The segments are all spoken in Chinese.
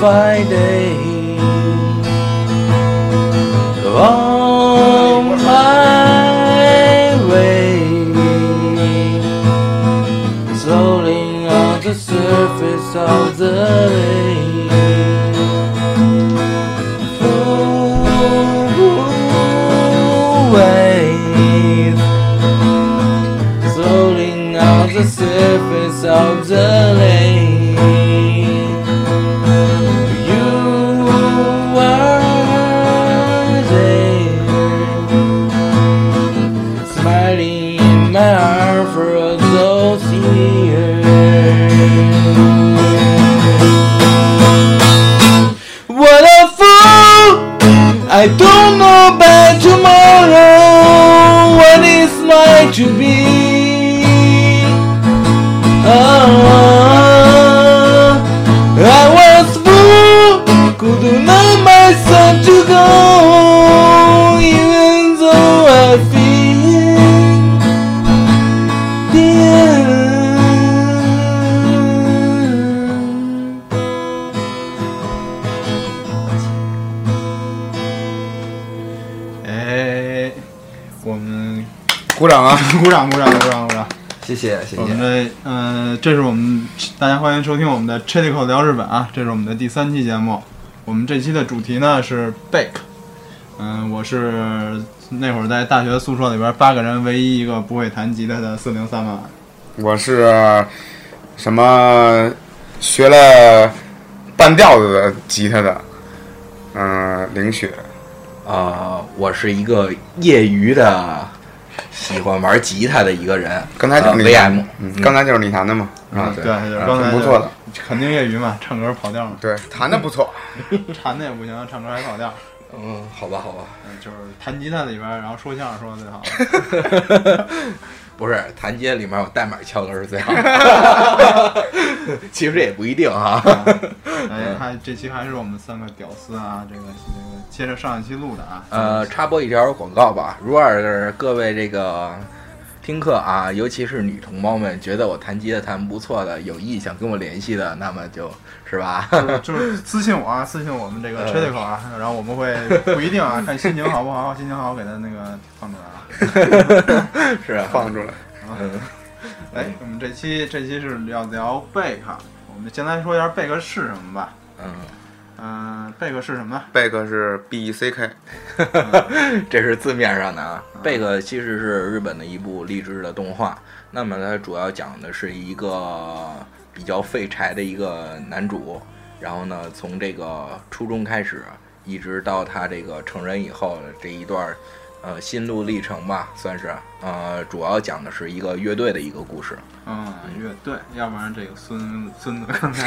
Friday on my way, floating on the surface of the lake. Waves floating on the surface of the lake. You were there, smiling in my arms for all those years. What a fool! I don't know about tomorrow, what it's like to be. I was fool, couldn't allow myself to go, even though I feel the end。我们鼓掌啊！ 鼓掌！ 谢谢。 我们的这是我们大家欢迎收听我们的 Chetico 聊日本啊，这是我们的第3期节目。我们这期的主题呢是 Bake。我是那会儿在大学宿舍里边8个人唯一一个不会弹吉他的403万。 我是什么学了半吊子的吉他的，林雪。 我是一个业余的喜欢玩吉他的一个人。 刚才就是你弹的，刚才就是你弹的嘛。 对，刚才挺不错的， 肯定业余嘛，唱歌跑调嘛。 对，弹的不错， 弹的也不行，唱歌还跑调。 好吧。 就是弹吉他里边，然后说相声说的最好。 不是，弹吉他里面有代码敲的是最好。其实也不一定哈。 他这期还是我们3个屌丝啊，这个接着上一期录的啊。 插播一条广告吧，如果是各位这个听课啊，尤其是女同胞们觉得我弹吉他弹不错的，有意想跟我联系的，那么就是吧， 就是私信我啊，私信我们这个 Chetico 啊，然后我们会不一定啊，看心情好不好，心情好给他那个放出来啊。 是啊， 放出来。 我们这期是要聊贝克，我们先来说一下贝克是什么吧。贝克是什么呢？ 贝克是 BECK， 这是字面上的啊。贝克其实是日本的一部励志的动画，那么它主要讲的是一个比较废柴的一个男主，然后呢，从这个初中开始，一直到他这个成人以后的这一段心路历程吧，算是主要讲的是一个乐队的一个故事。 乐队，要不然这个孙子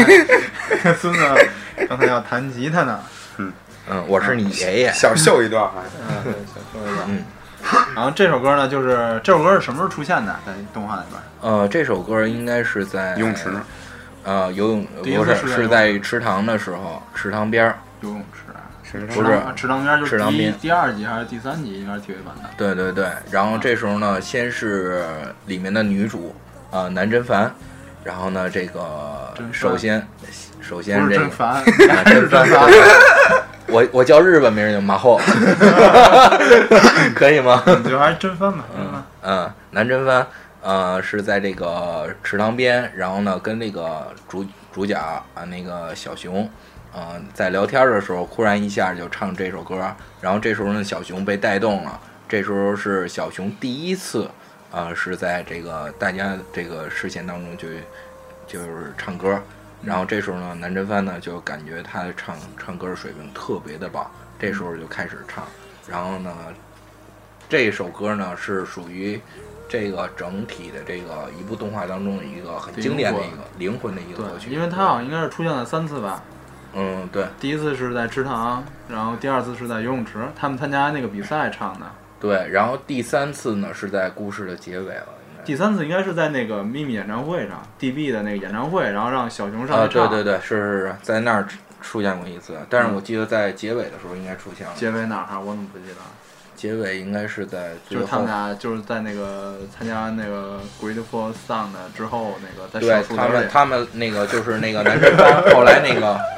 刚才要弹吉他呢。 我是你爷爷。 小秀一段， 对，小秀一段。然后这首歌呢，就是这首歌是什么时候出现的？在动画里边？ 这首歌应该是在游泳池。 游泳不是，是在池塘的时候，池塘边游泳池。 不是池塘边，就是第2集还是第3集，应该是 TV 版的。 对，然后这时候呢，先是里面的女主南真帆，然后呢这个首先不是这个真帆， 真帆，我叫日本名叫马后，可以吗？ 你就还是真帆吧。 南真帆是在这个池塘边，然后呢跟那个主角那个小熊。在聊天的时候，忽然一下就唱这首歌，然后这时候呢，小熊被带动了。这时候是小熊第一次，是在这个大家这个视线当中就是唱歌。然后这时候呢，南真帆呢就感觉他唱歌的水平特别的棒，这时候就开始唱。然后呢，这首歌呢是属于这个整体的这个一部动画当中的一个很经典的一个灵魂的一个歌曲。 因为它好像应该是出现了3次吧。 对， 第一次是在池塘，然后第2次是在游泳池，他们参加那个比赛唱的。 对，然后第3次呢是在故事的结尾了。 第3次应该是在那个秘密演唱会上 ，DB 的那个演唱会，然后让小熊上去唱。 对，是在那儿出现过一次，但是我记得在结尾的时候应该出现了。 结尾哪儿？我怎么不记得？ 结尾应该是在最后， 就是他们俩就是在那个参加那个 Grateful Sun 的之后，那个在小树林里。 对，他们那个就是那个男生后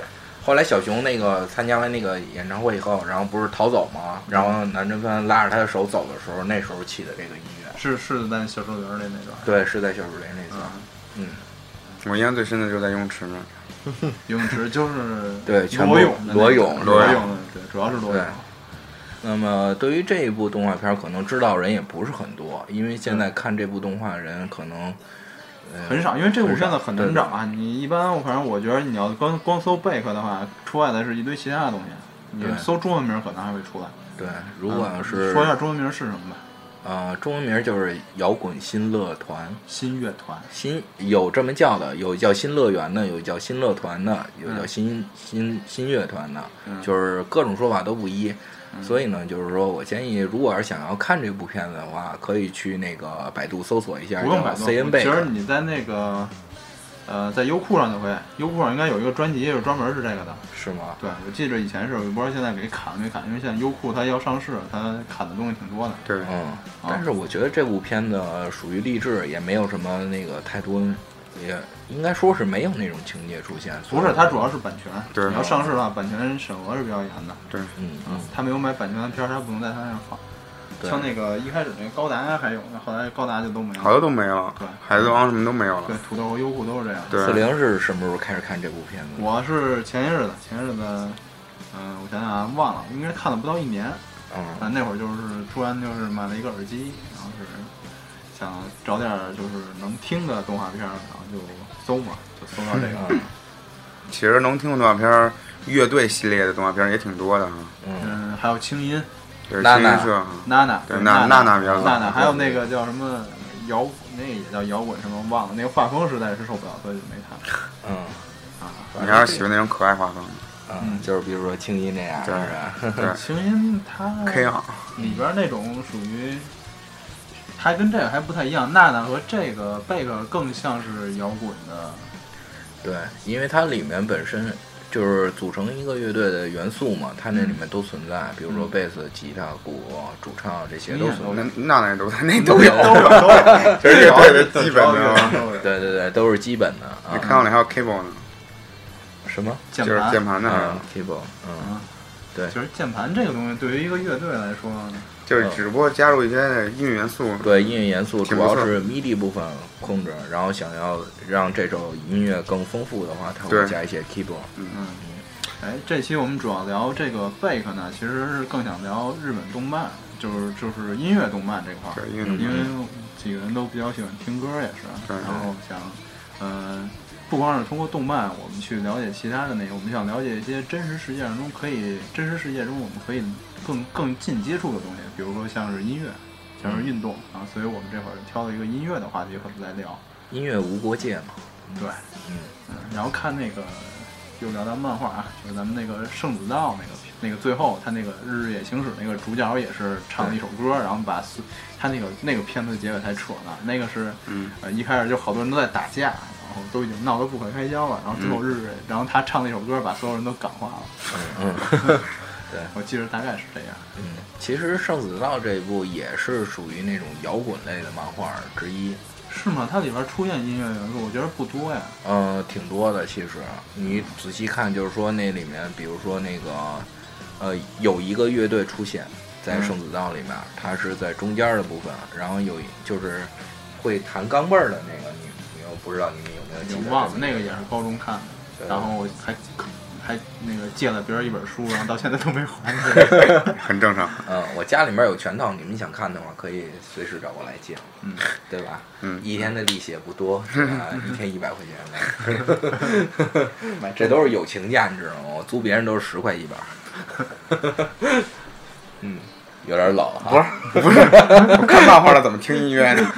后来小熊那个参加完那个演唱会以后，然后不是逃走吗？然后南真帆拉着他的手走的时候，那时候起的这个音乐是在小树林里那段。 对，是在小树林那段。 我印象最深的就是在游泳池那儿。 游泳池就是对， 裸泳，对，主要是裸泳。 那么对于这一部动画片，可能知道人也不是很多，因为现在看这部动画人可能很少，因为这部片子很难找啊。你一般反正我觉得你要光搜贝克的话，出来的是一堆其他的东西。你搜中文名可能还会出来。 对，如果要是说一下中文名是什么吧。 中文名就是摇滚新乐团、 新乐团， 有这么叫的，有叫新乐园的，有叫新乐团的，有叫新乐团的，就是各种说法都不一。所以呢，就是说我建议，如果要是想要看这部片子的话，可以去那个百度搜索一下， 不用百度。 CN 贝。 其实你在那个在优酷上就会，优酷上应该有一个专辑，就是专门是这个的。是吗？对，我记着以前是，我不知道现在给砍没砍，因为现在优酷它要上市，它砍的东西挺多的。 对， 但是我觉得这部片子属于励志，也没有什么那个太多，也应该说是没有那种情节出现。 不是，它主要是版权。 对， 你要上市的话，版权审核是比较严的。 对， 他没有买版权的片儿，他不能在他那上放。像那个一开始那个高达还有呢，后来高达就都没了， 好多都没了。 对， 海贼王什么都没有了。 对，土豆和优酷都是这样。 对 40是什么时候开始看这部片子？ 我是前些日子，我想想啊，忘了，应该看了不到1年。那会儿就是突然就是买了一个耳机，然后是想找点就是能听的动画片，然后就搜嘛，就搜到这个。 其实能听的动画片，乐队系列的动画片也挺多的哈。 还有轻音。 对，青音社， 娜娜， 对，娜娜比较娜娜，还有那个叫什么那个也叫摇滚什么忘了，那个画风实在是受不了，所以就没看。 你还是喜欢那种可爱画风的。就是比如说青音那样，是吧？ 对， 青音它里边那种属于，还跟这个还不太一样。娜娜和这个贝克更像是摇滚的。 对，因为它里面本身。就是组成一个乐队的元素嘛，它那里面都存在，比如说贝斯、吉他、鼓、主唱这些都存在。 那都在，那都有，这是乐队的基本的。 对，都是基本的。 你看到里还有 keyboard 呢？ 什么？ 就是键盘的 keyboard。对， 就是键盘这个东西，对于一个乐队来说， 就是只不过加入一些音乐元素。 对，音乐元素主要是 MIDI 部分控制，然后想要让这首音乐更丰富的话，它会加一些 keyboard。 这期我们主要聊这个贝克呢，其实是更想聊日本动漫，就是音乐动漫这块儿，因为几个人都比较喜欢听歌也是，然后想不光是通过动漫我们去了解其他的内容，我们想了解一些真实世界中我们可以更近接触的东西，比如说像是音乐，像是运动啊，所以我们这会儿挑了一个音乐的话题和大家聊。 音乐无国界嘛。 对，然后看那个又聊到漫画啊，就是咱们那个圣子道那个最后他那个日野行驶那个主角也是唱了一首歌，然后把他那个片子结尾才扯呢，那个是一开始就好多人都在打架。都已经闹得不可开交了，然后最后然后他唱那首歌把所有人都感化了。对，我记得大概是这样。 其实《圣子道》这一部也是属于那种摇滚类的漫画之一。 是吗？它里边出现音乐元素，我觉得不多呀。 挺多的。其实你仔细看，就是说那里面，比如说那个有一个乐队出现在《圣子道》里面，它是在中间的部分，然后就是会弹钢镚儿的那个，我不知道你们有没有记得？ 忘了，那个也是高中看的，然后我还那个借了别人一本书，然后到现在都没还。 很正常。 我家里面有全套，你们想看的话可以随时找我来借，对吧？一天的利息也不多，一天100块钱的，这都是友情价，你知道吗？我租别人都是10块一本。有点老哈。 不是，我看漫画了怎么听音乐呢？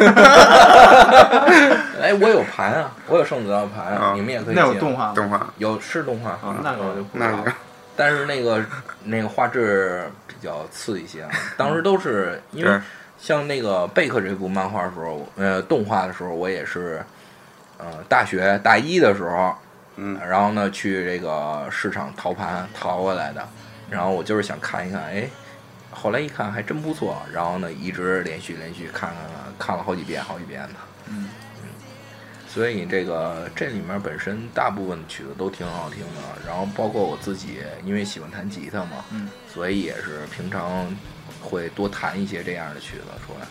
我有盘啊，我有圣子道盘啊，你们也可以借。 那有动画是动画啊，那个我就不知道。 但是那个画质比较次一些啊。当时都是因为像那个贝克这部漫画的时候，动画的时候，我也是大学大一的时候，然后呢去这个市场淘盘淘过来的，然后我就是想看一看，后来一看还真不错，然后呢一直连续看了好几遍的。 所以这里面本身大部分曲子都挺好听的，然后包括我自己，因为喜欢弹吉他嘛，所以也是平常会多弹一些这样的曲子出来。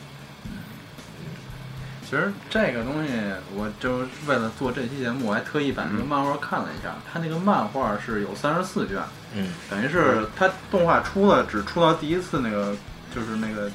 其实这个东西，我就是为了做这期节目，我还特意把那个漫画看了一下。它那个漫画是有34卷，等于是它动画只出到第一次那个，就是那个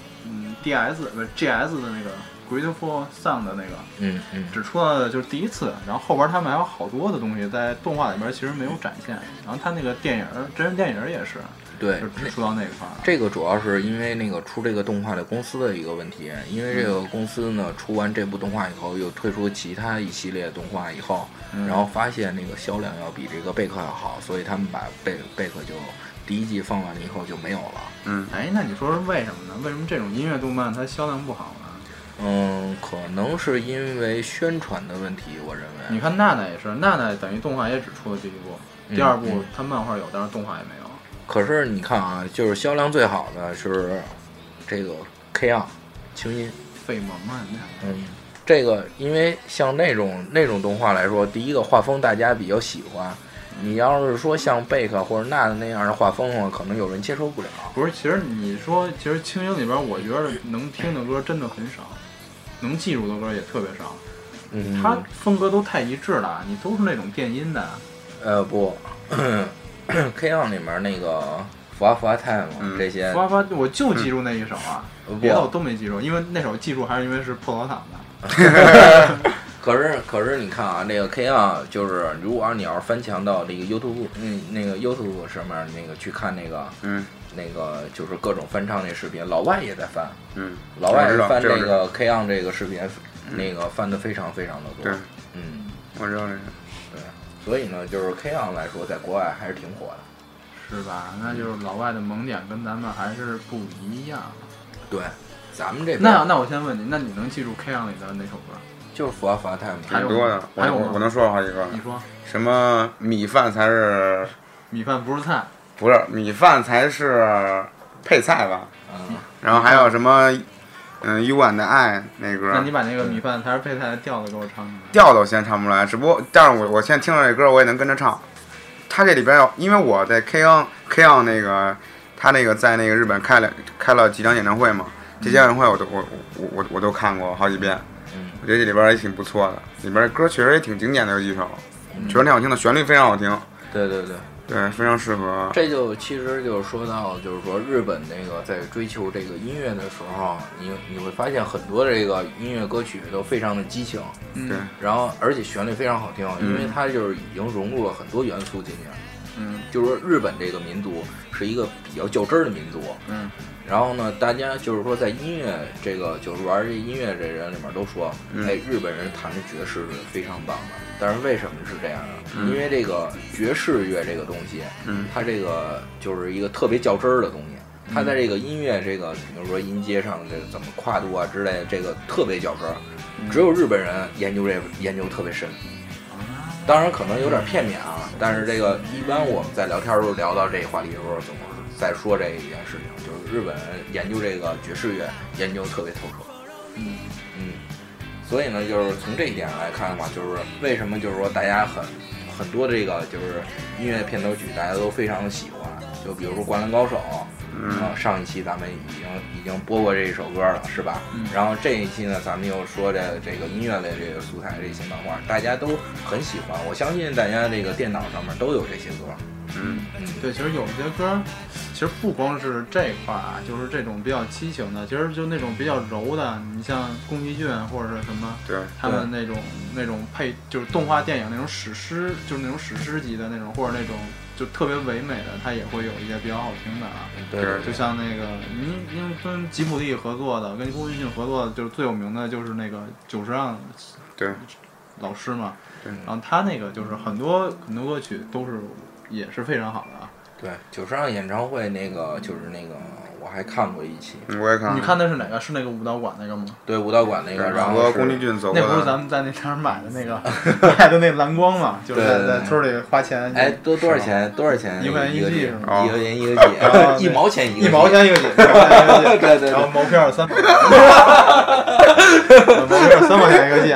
DS 不是 GS 的那个 Grateful Sun 的那个，只出到就是第一次，然后后边他们还有好多的东西在动画里边其实没有展现，然后他那个电影真人电影也是。对，就只出到那块儿。 这个主要是因为那个出这个动画的公司的一个问题，因为这个公司呢出完这部动画以后，又推出其他一系列动画以后，然后发现那个销量要比这个贝克要好，所以他们把贝克就第一季放完了以后就没有了。 那你说是为什么呢？为什么这种音乐动漫它销量不好呢？可能是因为宣传的问题，我认为。 你看娜娜也是，娜娜等于动画也只出了第一部，第二部它漫画有，但是动画也没有。 可是你看啊，就是销量最好的是这个 K-ON 轻音费蒙曼这个因为像那种动画来说，第一个画风大家比较喜欢，你要是说像贝克或者娜的那样的画风的话，可能有人接受不了。 不是，其实你说，其实轻音里边，我觉得能听的歌真的很少，能记住的歌也特别少。它风格都太一致了，你都是那种电音的。 不。K-ON 里面那个福娃福娃 time 这些， 福娃福娃我就记住那一首啊，别的我都没记住，因为那首记住还是因为是破劳坦的。 可是你看啊，那个 K-ON 就是如果你要是翻墙到那个 YouTube 那个 YouTube 上面那个去看那个那个就是各种翻唱那视频，老外也在翻，老外翻这个 K-ON 这个视频，那个翻的非常非常的多。 对，我知道这个。 所以呢，就是 K-ON 来说，在国外还是挺火的， 是吧？那就是老外的萌点跟咱们还是不一样。 对，咱们这边那我先问你，那你能记住 K-ON 里的哪首歌？ 就是福娃福娃 time， 挺多的。我能说好几个。 你说。 什么米饭才是？ 米饭不是菜。 不是，米饭才是配菜吧？然后还有什么？幽婉的爱那歌， 那你把那个米饭才是配菜的调子给我唱唱。 调子我现在唱不出来，只不过但是我现在听到这歌我也能跟着唱。他这里边因为我在 K-ON 那个他那个在那个日本开了几场演唱会嘛，这些演唱会我都看过好几遍。我觉得这里边也挺不错的，里边歌确实也挺经典的有几首，确实挺好听的，旋律非常好听。对，非常适合。 这就其实就是说到，就是说日本那个在追求这个音乐的时候，你会发现很多这个音乐歌曲都非常的激情， 对， 然后而且旋律非常好听，因为它就是已经融入了很多元素进去。就是说日本这个民族是一个比较较真儿的民族。然后呢，大家就是说在音乐这个就是玩这音乐这人里面都说，日本人弹的爵士是非常棒的。但是为什么是这样呢？因为这个爵士乐这个东西，它这个就是一个特别较真儿的东西。它在这个音乐这个，比如说音阶上这怎么跨度啊之类的，这个特别较真儿。只有日本人研究特别深。当然可能有点片面啊，但是这个一般我们在聊天的时候聊到这个话题的时候，总是在说这一件事情，就是日本人研究这个爵士乐研究特别透彻。所以呢，就是从这一点上来看的话，就是为什么就是说大家很多这个就是音乐片头曲大家都非常的喜欢，就比如说《灌篮高手》，上一期咱们已经播过这一首歌了，是吧？然后这一期呢，咱们又说这个音乐类这个素材这些漫画，大家都很喜欢。我相信大家这个电脑上面都有这些歌。 对，其实有些歌，其实不光是这一块啊，就是这种比较激情的，其实就那种比较柔的，你像宫崎骏或者是什么， 对， 他们那种配就是动画电影那种史诗，就是那种史诗级的那种，或者那种就特别唯美的，它也会有一些比较好听的啊。 对， 就像那个您跟吉卜力合作的，跟宫崎骏合作的，就是最有名的就是那个久石让， 对， 老师嘛。 对， 然后他那个就是很多歌曲都是也是非常好的啊。 对，久石让演唱会那个就是那个我还看过一期。 我也看。 你看的是哪个？是那个武道馆那个吗？ 对，武道馆那个。然后和宫崎骏走过的。 那不是咱们在那天买的那个买的那蓝光嘛？就是在村里花钱。 哎，多少钱？多少钱？ 1块钱1个 G 是吗？ 1块钱1个 G， 1毛钱1个 G。1 毛钱1个 G。对。然后毛片3毛钱。毛片3毛钱1个 G 啊，那个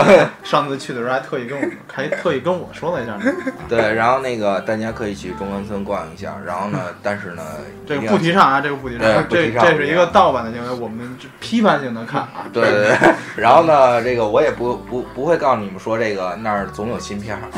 上次去的时候还特意跟我说了一下呢。 对，然后那个大家可以去中关村逛一下，然后呢，但是呢， 这个不提倡啊，这个不提倡，这是一个盗版的行为，我们批判性的看啊。 对对对，然后呢，这个我也不会告诉你们说这个那儿总有新片儿。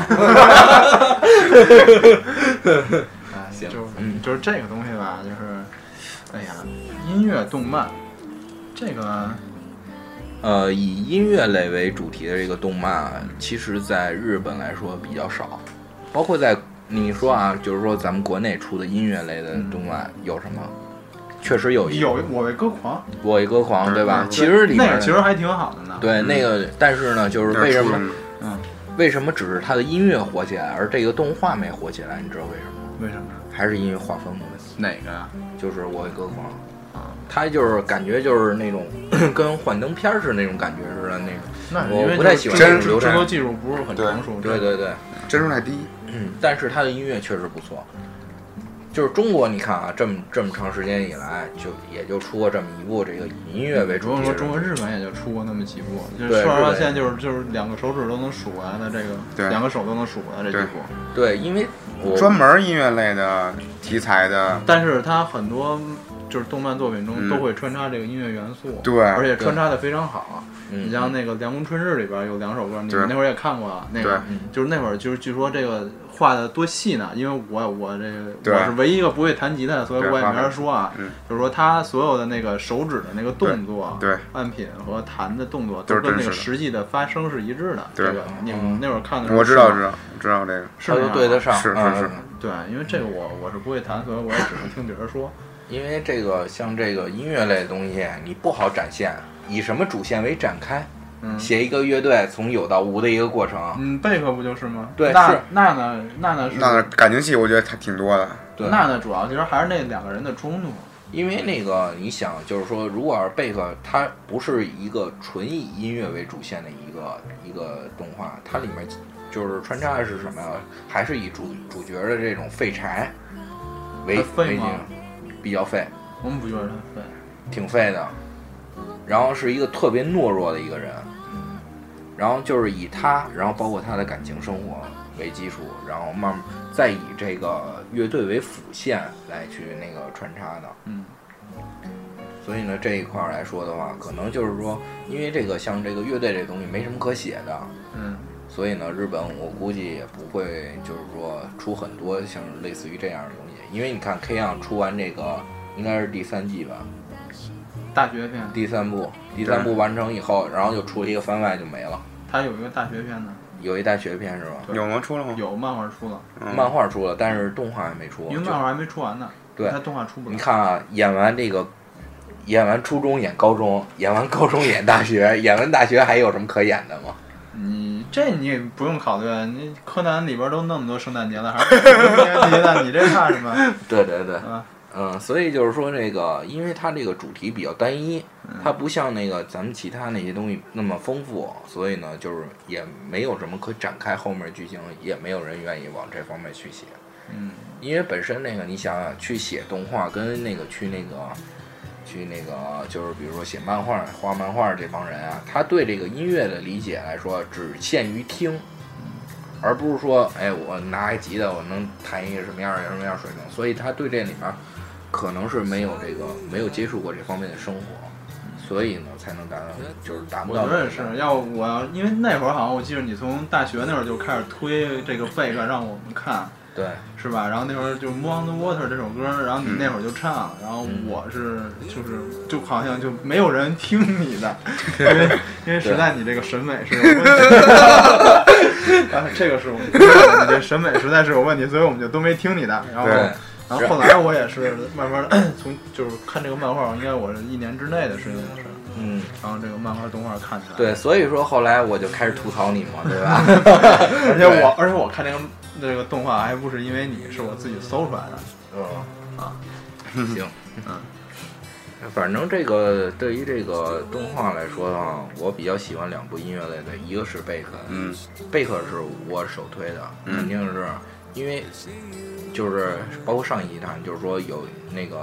行， 就是这个东西吧，就是，哎呀，音乐动漫，这个。 以音乐类为主题的这个动漫，其实在日本来说比较少，包括在你说啊，就是说咱们国内出的音乐类的动漫有什么？确实有我为歌狂， 我为歌狂，对吧？其实里面那个其实还挺好的呢。 对，那个，但是呢，就是为什么只是它的音乐火起来，而这个动画没火起来？你知道为什么？ 为什么？ 还是因为画风的问题。 哪个呀？ 就是我为歌狂。他就是感觉就是那种跟幻灯片似的那种感觉似的那种，我不太喜欢这种流程， 制作技术不是很成熟， 对对对， 帧数太低。 但是他的音乐确实不错。就是中国，你看啊，这么长时间以来，也就出过这么一部这个以音乐为主题的。 说中国日本也就出过那么几部，就是说实话，现在就是两个手指都能数过来的这个，两个手都能数过来这几部。 对，因为专门音乐类的题材的， 但是它很多。就是动漫作品中都会穿插这个音乐元素， 对， 而且穿插的非常好。你像那个《凉宫春日》里边有2首歌，你们那会儿也看过了，那个就是那会儿就是据说这个画的多细呢，因为我这个我是唯一一个不会弹吉他的，所以我也没法说啊。就是说他所有的那个手指的那个动作、 对按品和弹的动作都跟那个实际的发声是一致的。 这个你们那会儿看的时候， 我知道这个是对得上， 是。 对，因为这个我是不会弹，所以我也只能听别人说。 因为这个像这个音乐类的东西，你不好展现，以什么主线为展开？写一个乐队从有到无的一个过程。 贝克不就是吗？ 对， 娜是感情戏，我觉得还挺多的。 对， 娜主要其实还是那2个人的冲突。 因为那个你想，就是说，如果是贝克，它不是一个纯以音乐为主线的一个动画，它里面就是穿插的是什么呀？还是以主角的这种废柴为景。比较废， 我们不觉得他废， 挺废的。然后是一个特别懦弱的一个人，然后就是以他，然后包括他的感情生活为基础，然后慢慢再以这个乐队为辅线来去那个穿插的。所以呢，这一块来说的话，可能就是说，因为这个像这个乐队这东西没什么可写的，所以呢，日本我估计也不会就是说出很多像类似于这样的东西。因为你看 K-ON 出完这个应该是第3季吧， 大学篇第三部完成以后，然后就出了一个番外就没了。 它有一个大学篇呢， 有一大学篇是吧？ 有吗？出了吗？ 有漫画出了， 漫画出了，但是动画还没出。 因为漫画还没出完呢， 对， 它动画出不了。 你看啊，演完初中演高中，演完高中演大学，演完大学还有什么可演的吗？ 你也不用考虑，你柯南里边都那么多圣诞节了，还是圣诞节，你这怕什么？ 对对对，所以就是说这个，因为它这个主题比较单一，它不像那个咱们其他那些东西那么丰富，所以呢，就是也没有什么可展开后面剧情，也没有人愿意往这方面去写。因为本身那个你想想，去写动画跟那个去那个就是比如说写漫画、画漫画这帮人啊，他对这个音乐的理解来说，只限于听，而不是说，哎，我拿一吉他，我能弹一个什么样水平，所以他对这里面可能是没有接触过这方面的生活，所以呢才能达不到。 我觉得是，因为那会儿好像我记得你从大学那会儿就开始推这个贝克让我们看。 对， 是吧？然后那会儿就《Moon on the Water》这首歌，然后你那会儿就唱，然后我是就好像就没有人听你的，因为实在你这个审美是有问题，这个是我你这审美实在是有问题，所以我们就都没听你的。然后后来我也是慢慢的就是看这个漫画，应该我是1年之内的事情的事。然后这个漫画动画看起来。 对，所以说后来我就开始吐槽你嘛，对吧？ 而且我看这个动画还不是因为你，是我自己搜出来的。 行，反正这个对于这个动画来说的话，我比较喜欢2部音乐类的，一个是贝克，贝克是我首推的，肯定是因为就是包括上一集谈，就是说有那个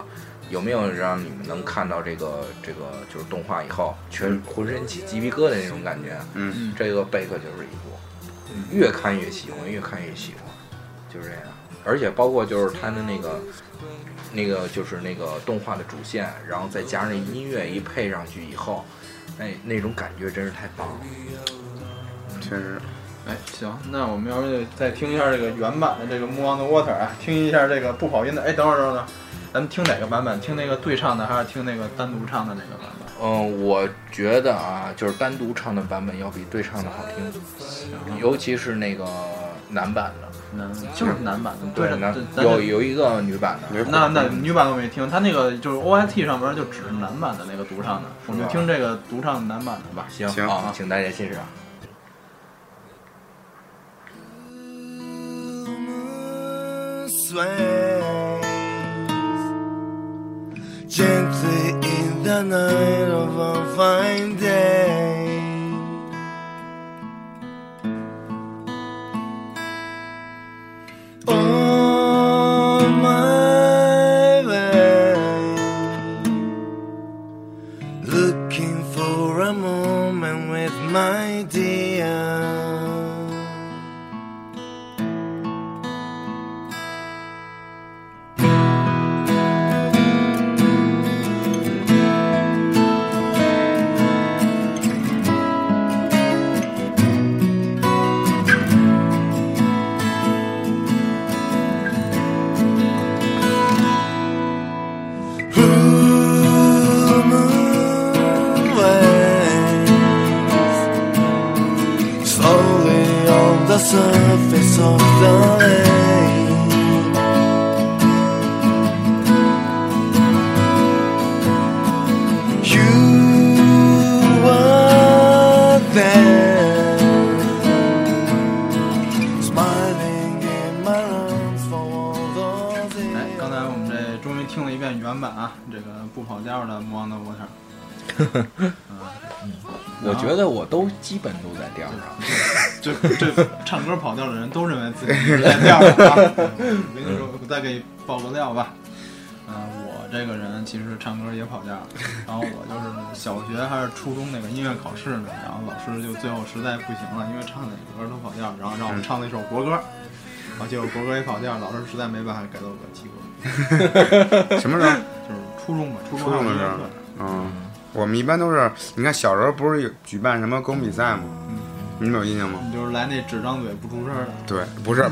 有没有让你们能看到这个就是动画以后浑身起鸡皮疙瘩那种感觉？这个贝克就是一部，越看越喜欢，越看越喜欢，就是这样。而且包括就是他的那个就是那个动画的主线，然后再加上音乐一配上去以后，那种感觉真是太棒了。 确实。 行，那我们要是再听一下这个原版的这个《Move on the Water》啊，听一下这个不跑音的。等会儿，咱们听哪个版本？听那个对唱的，还是听那个单独唱的那个版本？ 我觉得啊，就是单独唱的版本要比对唱的好听，尤其是那个男版的， 就是男版的。 对，有一个女版的。 那女版我没听，他那个就是 OST 上边就只是男版的那个独唱的，我们就听这个独唱男版的吧。 行啊，请大家欣赏。 Gently in the night of a fine day, on my way, looking for a moment with my dear. The surface of the lake, you were there, smiling in my arms for all those years. 刚才我们这终于听了一遍原版啊，这个不跑调的《Move on the Water》。 我觉得我都基本都在调上。 这唱歌跑调的人都认为自己是在调上啊。我跟你说，我再给你爆个料吧。我这个人其实唱歌也跑调，然后我就是小学还是初中那个音乐考试呢，然后老师就最后实在不行了，因为唱的歌都跑调，然后让我们唱那首国歌，然后结果国歌也跑调，老师实在没办法改到个及格。 什么时候？ 就是初中吧，初中的时候。我们一般都是，你看小时候不是有举办什么歌咏比赛吗？你们有印象吗？ 你就是来那只张嘴不出声的。 对，不是。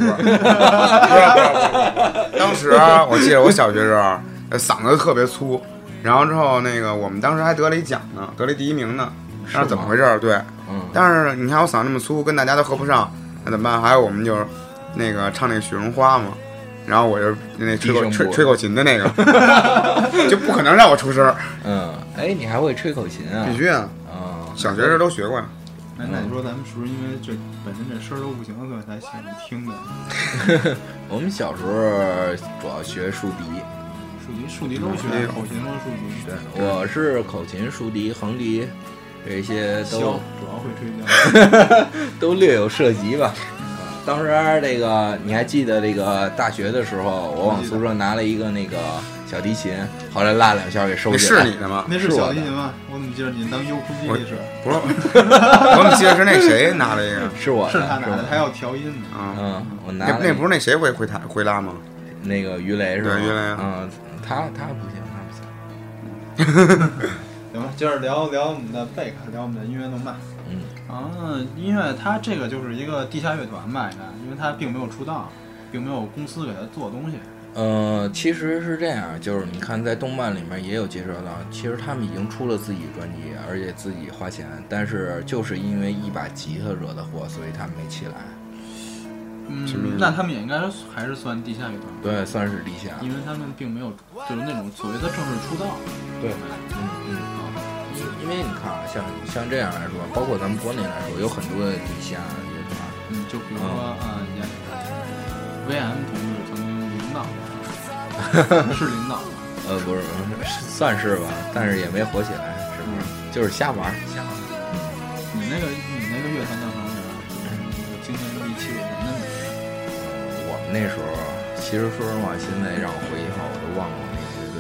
当时我记得我小学时候嗓子特别粗，然后之后那个我们当时还得了一奖呢，得了第1名呢。那是怎么回事？对，但是你看我嗓子那么粗，跟大家都合不上，那怎么办？还有我们就是那个唱那个雪绒花嘛。然后我就那吹口琴的那个，就不可能让我出声。 你还会吹口琴啊？ 必须啊！小学时都学过呀。 那你说咱们是不是因为这本身这声都不行，所以才喜欢听的？ 我们小时候主要学竖笛， 竖笛都学，口琴和竖笛。 对，我是口琴、竖笛、横笛这些都主要会吹箫， 都略有涉及吧。当时这个你还记得这个大学的时候，我往宿舍拿了一个那个小提琴，后来拉2下给收起来。 是你的吗？ 那是小提琴吗？我怎么记得你当优酷机是？ 不是，我怎么记得是那谁拿了一个？ 是我， 是他拿的，他要调音呢。我拿那不是那谁会拉吗？ 那个于雷是吧？ 对，于雷。 他不行，他不行。 行吧，接着聊我们的贝克，聊我们的音乐动漫。音乐它这个就是一个地下乐团吧，应该，因为它并没有出道，并没有公司给它做东西。 其实是这样，就是你看在动漫里面也有介绍到，其实他们已经出了自己专辑，而且自己花钱，但是就是因为一把吉他惹的祸，所以他们没起来。 那他们也应该还是算地下乐团。 对，算是地下， 因为他们并没有就是那种所谓的正式出道。 对，因为你看啊，像这样来说，包括咱们国内来说，有很多的地下乐团。 就比如说VM 同志曾经领导过，是领导吗？ 不是，算是吧，但是也没火起来，是不是？就是瞎玩。 你那个乐团叫什么名？惊天地泣鬼神的名字。 我们那时候，其实说实话，现在让我回忆的话，我都忘了我那个乐队的名字。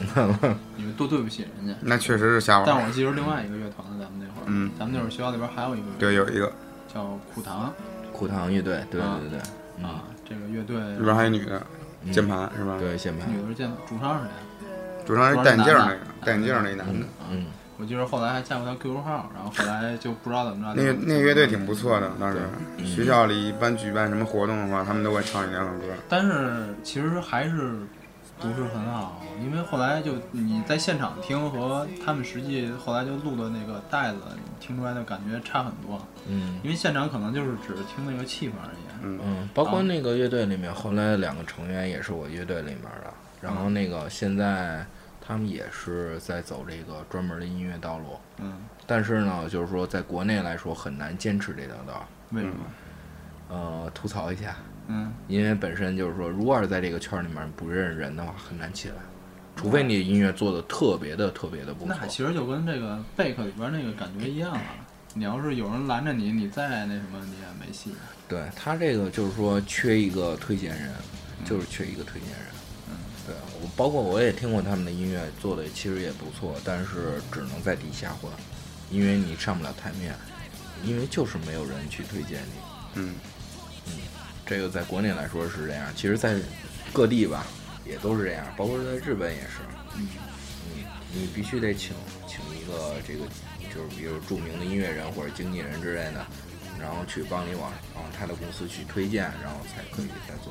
的了。 因为多对不起人家。 那确实是瞎玩。 但我记得另外一个乐团呢，咱们那会儿， 嗯咱们那会儿学校里边还有一个乐对， 队有一个叫苦糖苦糖乐队，对对对， 啊，这个乐队里边还有女的键盘是吧？ 对键盘， 女的是键盘，主唱是谁？ 主唱是戴眼镜那个，戴眼镜那男的。 我记得后来还加过他 QQ 号，然后后来就不知道怎么着。 那个乐队挺不错的，当时学校里一般举办什么活动的话，他们都会唱一两首歌。 但是其实还是不是很好，因为后来就你在现场听和他们实际后来就录的那个带子，你听出来的感觉差很多。因为现场可能就是只是听那个气氛而已。 包括那个乐队里面，后来2个成员也是我乐队里面的，然后那个现在他们也是在走这个专门的音乐道路。但是呢，就是说在国内来说很难坚持这条道。 为什么？ 吐槽一下。因为本身就是说，如果是在这个圈里面不认识人的话，很难起来，除非你音乐做的特别的不错。 那其实就跟这个贝克里边那个感觉一样啊。你要是有人拦着你，你再那什么，你也没戏。 对他这个就是说缺一个推荐人，就是缺一个推荐人。对，包括我也听过他们的音乐，做的其实也不错，但是只能在地下混，因为你上不了台面，因为就是没有人去推荐你。这个在国内来说是这样，其实在各地吧也都是这样，包括在日本也是。你必须得请一个这个就是比如著名的音乐人或者经纪人之类的，然后去帮你往他的公司去推荐，然后才可以再做。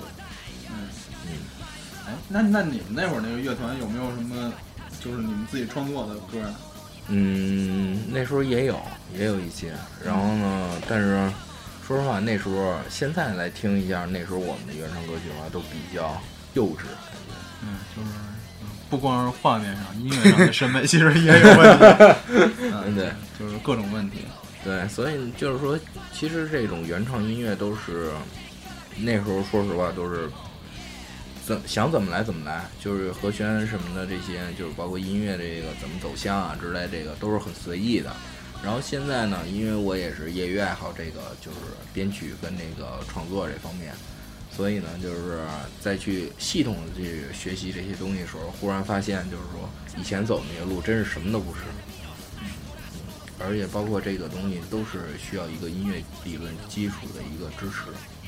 那你们那会儿那个乐团有没有什么就是你们自己创作的歌啊？ 那时候也有一些，然后呢，但是说实话，那时候现在来听一下，那时候我们的原创歌曲的话都比较幼稚，感觉。 就是不光是画面上，音乐上的审美其实也有问题。 对， 就是各种问题。 对，所以就是说，其实这种原创音乐都是那时候说实话都是想怎么来怎么来，就是和弦什么的这些，就是包括音乐这个怎么走向啊之类，这个都是很随意的。然后现在呢，因为我也是业余爱好这个就是编曲跟那个创作这方面，所以呢，就是再去系统的去学习这些东西的时候，忽然发现就是说以前走的那个路真是什么都不是。而且包括这个东西都是需要一个音乐理论基础的一个支持。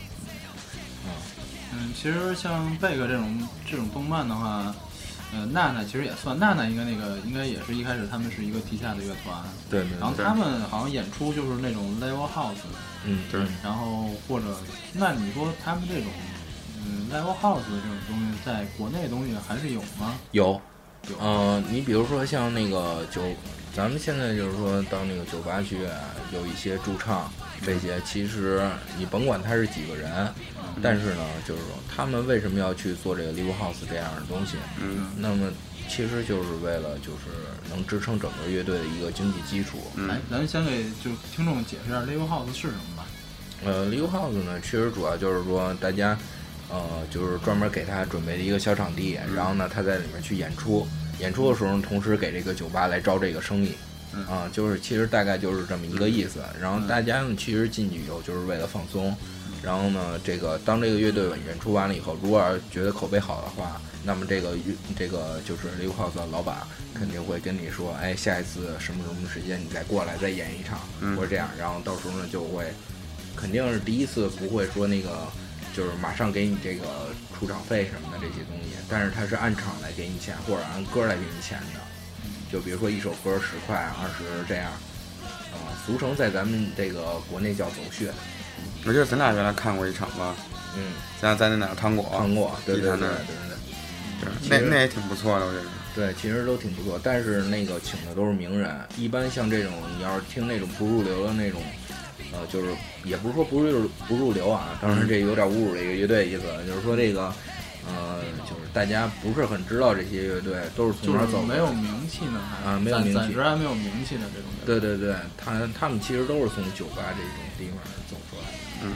其实像贝克这种动漫的话，娜娜其实也算，娜娜应该也是一开始他们是一个地下的乐团， 对。 然后他们好像演出就是那种 live house， 对。 然后或者，那你说他们这种live house 的这种东西，在国内东西还是有吗？ 有。你比如说像那个咱们现在就是说到那个酒吧去，有一些驻唱这些，其实你甭管他是几个人，但是呢，就是说他们为什么要去做这个 live house 这样的东西？那么其实就是为了就是能支撑整个乐队的一个经济基础。 咱先给就听众解释一下 live house 是什么吧。 live house 呢，其实主要就是说大家就是专门给他准备的一个小场地，然后呢他在里面去演出的时候，同时给这个酒吧来招这个生意。就是其实大概就是这么一个意思。然后大家呢其实进去以后就是为了放松，然后呢当这个乐队演出完了以后，如果要觉得口碑好的话，那么这个就是 live house 的老板肯定会跟你说，哎，下一次什么时间你再过来再演一场，或者这样，然后到时候呢就会肯定是第一次不会说那个就是马上给你这个出场费什么的这些东西，但是他是按场来给你钱，或者按歌来给你钱的。就比如说一首歌10块20这样，俗称在咱们这个国内叫走穴。 我记得咱俩原来看过一场吧，咱俩在那哪汤果， 对， 那也挺不错的，我觉得。 对，其实都挺不错，但是那个请的都是名人，一般像这种你要是听那种不入流的那种，就是也不是说不入流啊，当然这有点侮辱这个乐队意思，就是说这个。就是大家不是很知道这些乐队都是从哪走的， 没有名气呢， 没有名气， 暂时还没有名气的这种乐队。对，他们其实都是从酒吧这种地方走出来的。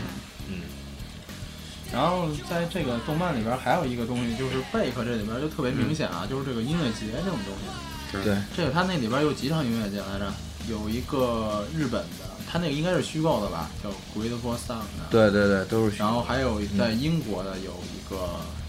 然后在这个动漫里边还有一个东西，就是贝克这里边就特别明显啊，就是这个音乐节这种东西。 对， 这个他那里边有几场音乐节来着？有一个日本的，他那个应该是虚构的吧，叫 Grateful Sound 的。 对，都是虚构的。 然后还有在英国的有一个。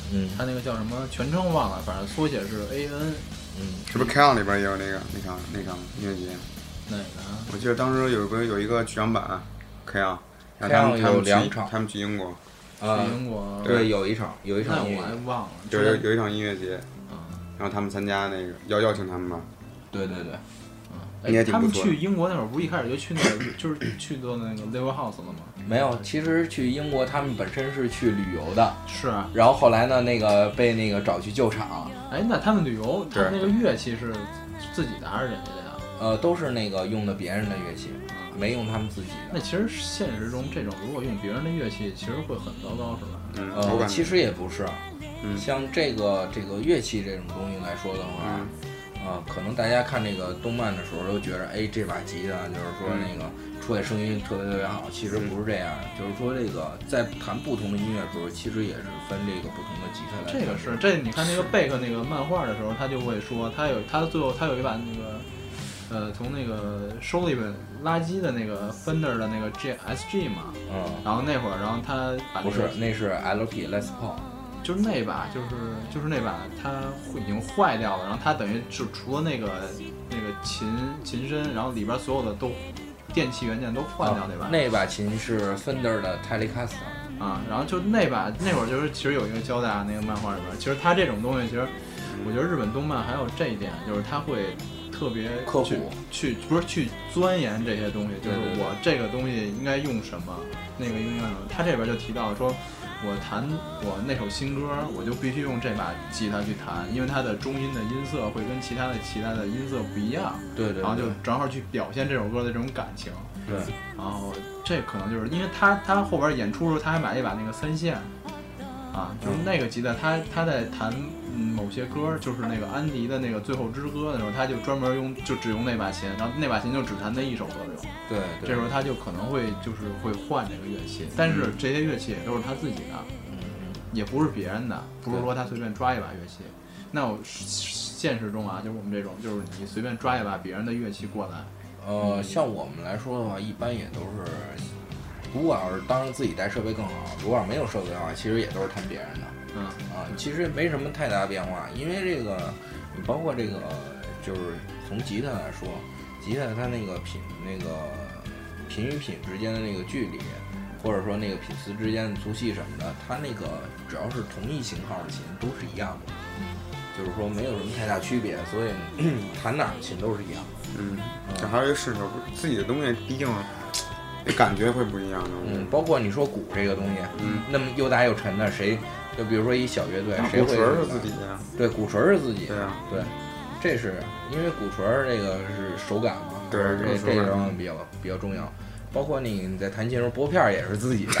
他那个叫什么全称忘了，反正缩写是 AN。 是不是 K-ON 里边也有那场音乐节？ 哪个啊？ 我记得当时有一个剧场版 K-ON， 然后他们 2场， 他们去英国。 去英国。 对，有一场那我还忘了。 有一场音乐节，然后他们参加那个邀请他们吧。 对。 他们去英国那会儿，不是一开始就去那个，就是去做那个 Live House 了吗？ 没有，其实去英国他们本身是去旅游的， 是啊。 然后后来呢，被那个找去救场。 那他们旅游，他们那个乐器是自己的还是人家的呀？ 都是那个用的别人的乐器，没用他们自己的。 那其实现实中这种如果用别人的乐器，其实会很糟糕，是吧？ 其实也不是，像这个乐器这种东西来说的话。可能大家看这个动漫的时候都觉得，这把吉他就是说那个出来声音特别好，其实不是这样，就是说这个在弹不同的音乐的时候，其实也是分这个不同的吉他来。 这个是你看那个贝克那个漫画的时候，他就会说，他最后他有一把那个从那个收了一本垃圾的那个 Fender 的那个 SG 嘛，然后那会儿，然后他把不是，那是 LP Les Paul。 就是那把，就是那把，它已经坏掉了。然后它等于就除了那个琴身，然后里边所有的都电器元件都换掉那把。 那把琴是 Fender 的 Telecaster 啊，然后就那会儿就是其实有一个交代那个漫画里边，其实它这种东西，其实我觉得日本动漫还有这一点，就是它会特别刻苦去钻研这些东西，就是我这个东西应该用什么，那个应该用什么。它这边就提到说。我弹我那首新歌，我就必须用这把吉他去弹，因为它的中音的音色会跟其他的音色不一样。 对， 然后就正好去表现这首歌的这种感情。 对， 然后这可能就是因为他后边演出的时候，他还买了一把那个三线，就是那个吉他，他在弹某些歌，就是那个安迪的那个最后之歌的时候，他就专门只用那把琴，然后那把琴就只弹那一首歌用。 对， 这时候他就可能会换这个乐器，但是这些乐器也都是他自己的，也不是别人的，不是说他随便抓一把乐器。那我现实中就是我们这种，就是你随便抓一把别人的乐器过来。 像我们来说的话，一般也都是，如果要是当然自己带设备更好，如果没有设备的话，其实也都是弹别人的。其实没什么太大变化，因为这个你包括这个就是从吉他来说，吉他它那个品与品之间的那个距离，或者说那个品词之间的粗细什么的，它那个只要是同一型号的琴都是一样的，就是说没有什么太大区别，所以弹哪儿的琴都是一样的。 还有一个是自己的东西，毕竟感觉会不一样的。 包括你说鼓这个东西，那么又大又沉的，谁就比如说一小乐队，谁会？ 鼓槌是自己的。 对，鼓槌是自己的。 对啊， 对，这是因为鼓槌这个是手感嘛， 对， 这个比较重要。包括你在弹琴时候拨片也是自己的，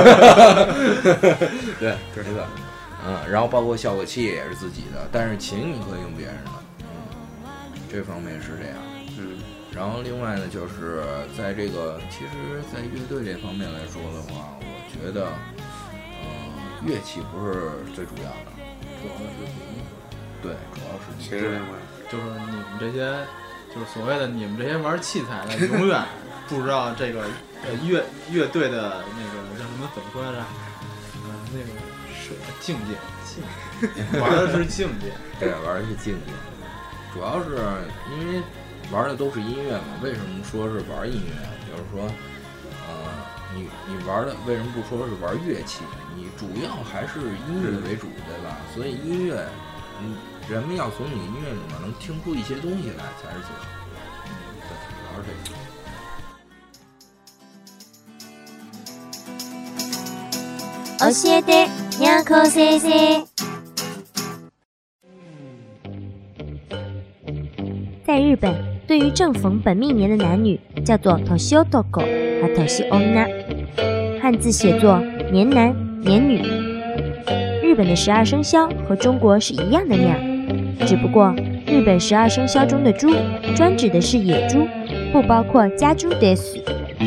对，这个，然后包括效果器也是自己的，但是琴你可以用别人的，这方面是这样，然后另外呢，就是在这个其实，在乐队这方面来说的话，我觉得，乐器不是最主要的， 主要的是礼仪， 对，主要是其实就是你们这些，就是所谓的你们这些玩器材的，永远不知道这个乐队的那个叫什么怎么说来着？那个是境界，玩的是境界， 对，玩的是境界。主要是因为玩的都是音乐嘛，为什么说是玩音乐？就是说，你玩的为什么不说是玩乐器？你主要还是音乐为主，对吧？所以音乐，人们要从你的音乐里面能听出一些东西来，才是最好。对，主要是这个。 教えて、にゃんこ先生。在日本，对于正逢本命年的男女，叫做年男和年女，汉字写作年男年女。日本的12生肖和中国是一样的酿，只不过日本12生肖中的猪专指的是野猪，不包括家猪です。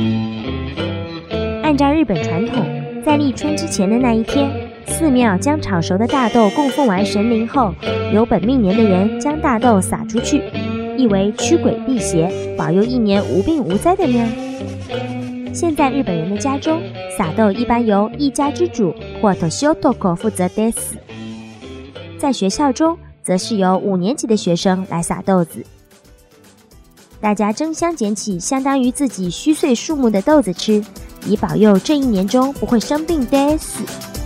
按照日本传统，在立春之前的那一天，寺庙将炒熟的大豆供奉完神灵后，有本命年的人将大豆撒出去，意为驱鬼辟邪，保佑一年无病无灾的呢。现在日本人的家中，撒豆一般由一家之主或年男負责です。 在学校中则是由5年级的学生来撒豆子。大家争相捡起相当于自己虚岁数目的豆子吃，以保佑这一年中不会生病的死。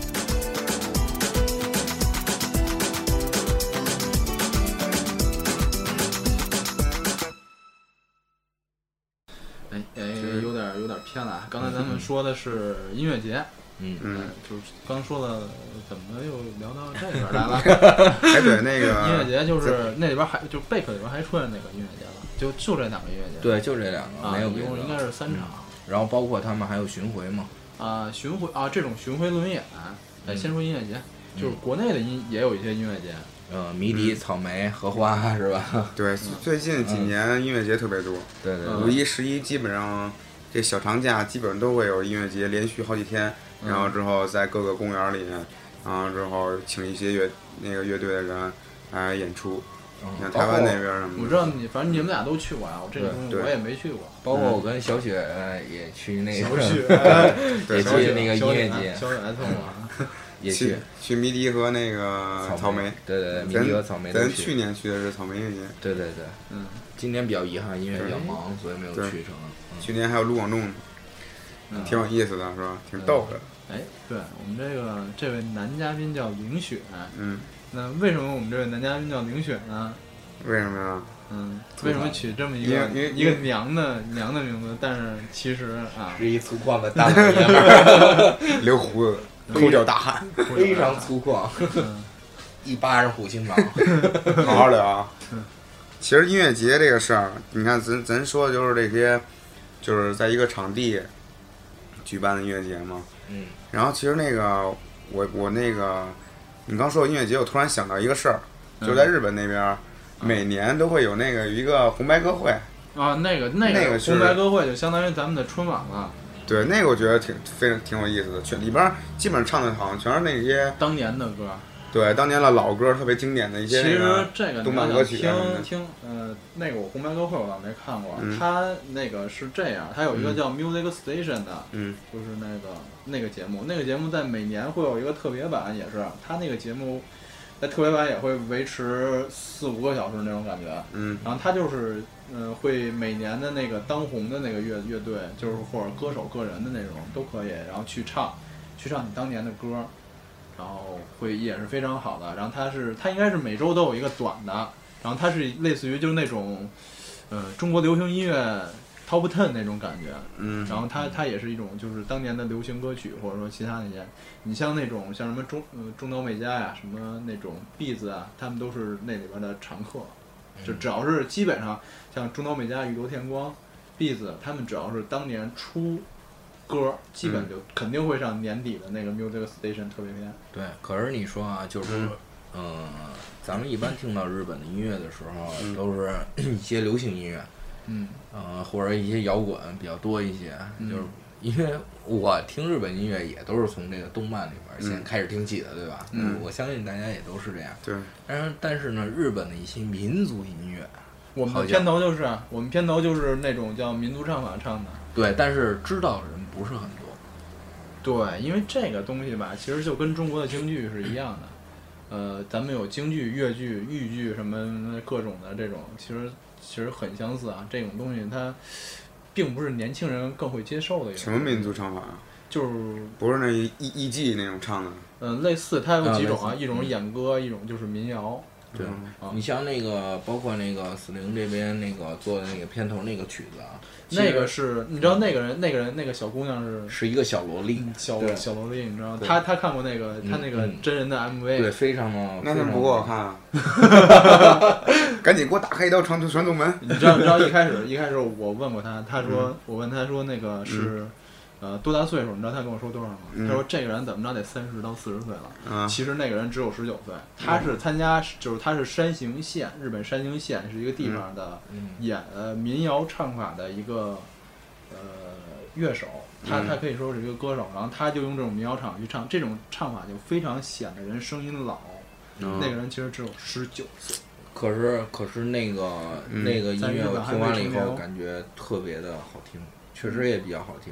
有点偏了。刚才咱们说的是音乐节，就是刚说了，怎么又聊到这边来了？ 哎，对，那个音乐节就是那里边还就贝克里边还出现那个音乐节了，就这2个音乐节。 对，就这2个，没有别的。 一共应该是3场。 然后包括他们还有巡回嘛。 巡回这种巡回轮演，先说音乐节，就是国内的也有一些音乐节。 迷笛、草莓、荷花是吧？ 对，最近几年音乐节特别多。 对对。 5、1、11基本上这小长假基本上都会有音乐节，连续好几天，然后之后在各个公园里，然后之后请一些乐队的人来演出。像台湾那边什么的， 我知道反正你们俩都去过啊，我这个东西我也没去过。 包括我跟小雪也去那个， 也去那个音乐节， 小雪来蹭我， 也去迷笛和那个草莓。 对对对，迷笛和草莓都去。 咱去年去的是草莓音乐节。 对对对，今年比较遗憾，音乐比较忙，所以没有去成。 去年还有卢广仲，挺有意思的，是吧？挺逗的。 哎，对我们这位男嘉宾叫凌雪，那为什么我们这位男嘉宾叫凌雪呢？ 为什么呀？ 为什么取这么一个娘的名字？但是其实是一粗犷的大老爷们儿， 留胡子，抠脚大汉， 非常粗犷，一巴掌虎心肠。 好好聊啊。其实音乐节这个事儿，你看咱说的就是这些，就是在一个场地举办的音乐节嘛。然后其实那个我那个。你刚说的音乐节，我突然想到一个事儿，就在日本那边，每年都会有一个红白歌会那个红白歌会就相当于咱们的春晚了。 对，那个我觉得挺有意思的，里边基本上唱的好像全是那些当年的歌。 对，当年的老歌，特别经典的一些动漫歌曲。 听那个我红白歌会我倒没看过，他那个是这样，他有一个叫 Music Station 的，就是那个节目，在每年会有一个特别版，也是他那个节目在特别版也会维持4、5个小时那种感觉，然后他就是会每年的那个当红的那个乐队，就是或者歌手个人的那种都可以，然后去唱你当年的歌。然后也是非常好的，然后它应该是每周都有一个短的，然后它是类似于就是那种，中国流行音乐 Top 10那种感觉，然后它也是一种就是当年的流行歌曲或者说其他那些，你像那种像什么中岛美嘉呀，什么那种 Beats 啊，他们都是那里边的常客，就只要是基本上像中岛美嘉、宇多田光、Beats， 他们只要是当年出歌基本就肯定会上年底的那个 Music Station 特别篇。 对，可是你说啊，就是咱们一般听到日本的音乐的时候，都是一些流行音乐，或者一些摇滚比较多一些，就是因为我听日本音乐也都是从这个动漫里边先开始听起的，对吧？我相信大家也都是这样。 对。 但是呢，日本的一些民族音乐， 我们的片头就是那种叫民族唱法唱的。 对，但是知道的人不是很多。 对，因为这个东西吧，其实就跟中国的京剧是一样的。咱们有京剧、越剧、豫剧什么各种的这种，其实很相似啊。这种东西它并不是年轻人更会接受的一种。 什么民族唱法啊？ 就是不是那艺伎那种唱的。 类似，它有几种啊，一种是演歌，一种就是民谣。 对，你像那个，包括那个死灵这边那个做的那个片头那个曲子啊， 那个是你知道那个小姑娘是一个小萝莉， 小萝莉，你知道吗？她看过那个她那个真人的 MV， 对，非常的， 那怎么不给我看啊？赶紧给我打开一道传送门。 你知道一开始我问过她，我问她说那个是。多大岁数？你知道他跟我说多少吗？他说这个人怎么着得30到40岁了。其实那个人只有19岁。他是参加，就是他是山形县，日本山形县是一个地方的民谣唱法的一个乐手。他可以说是一个歌手，然后他就用这种民谣唱法去唱，这种唱法就非常显得人声音老。那个人其实只有19岁。 可是那个音乐我听完了以后，感觉特别的好听，确实也比较好听。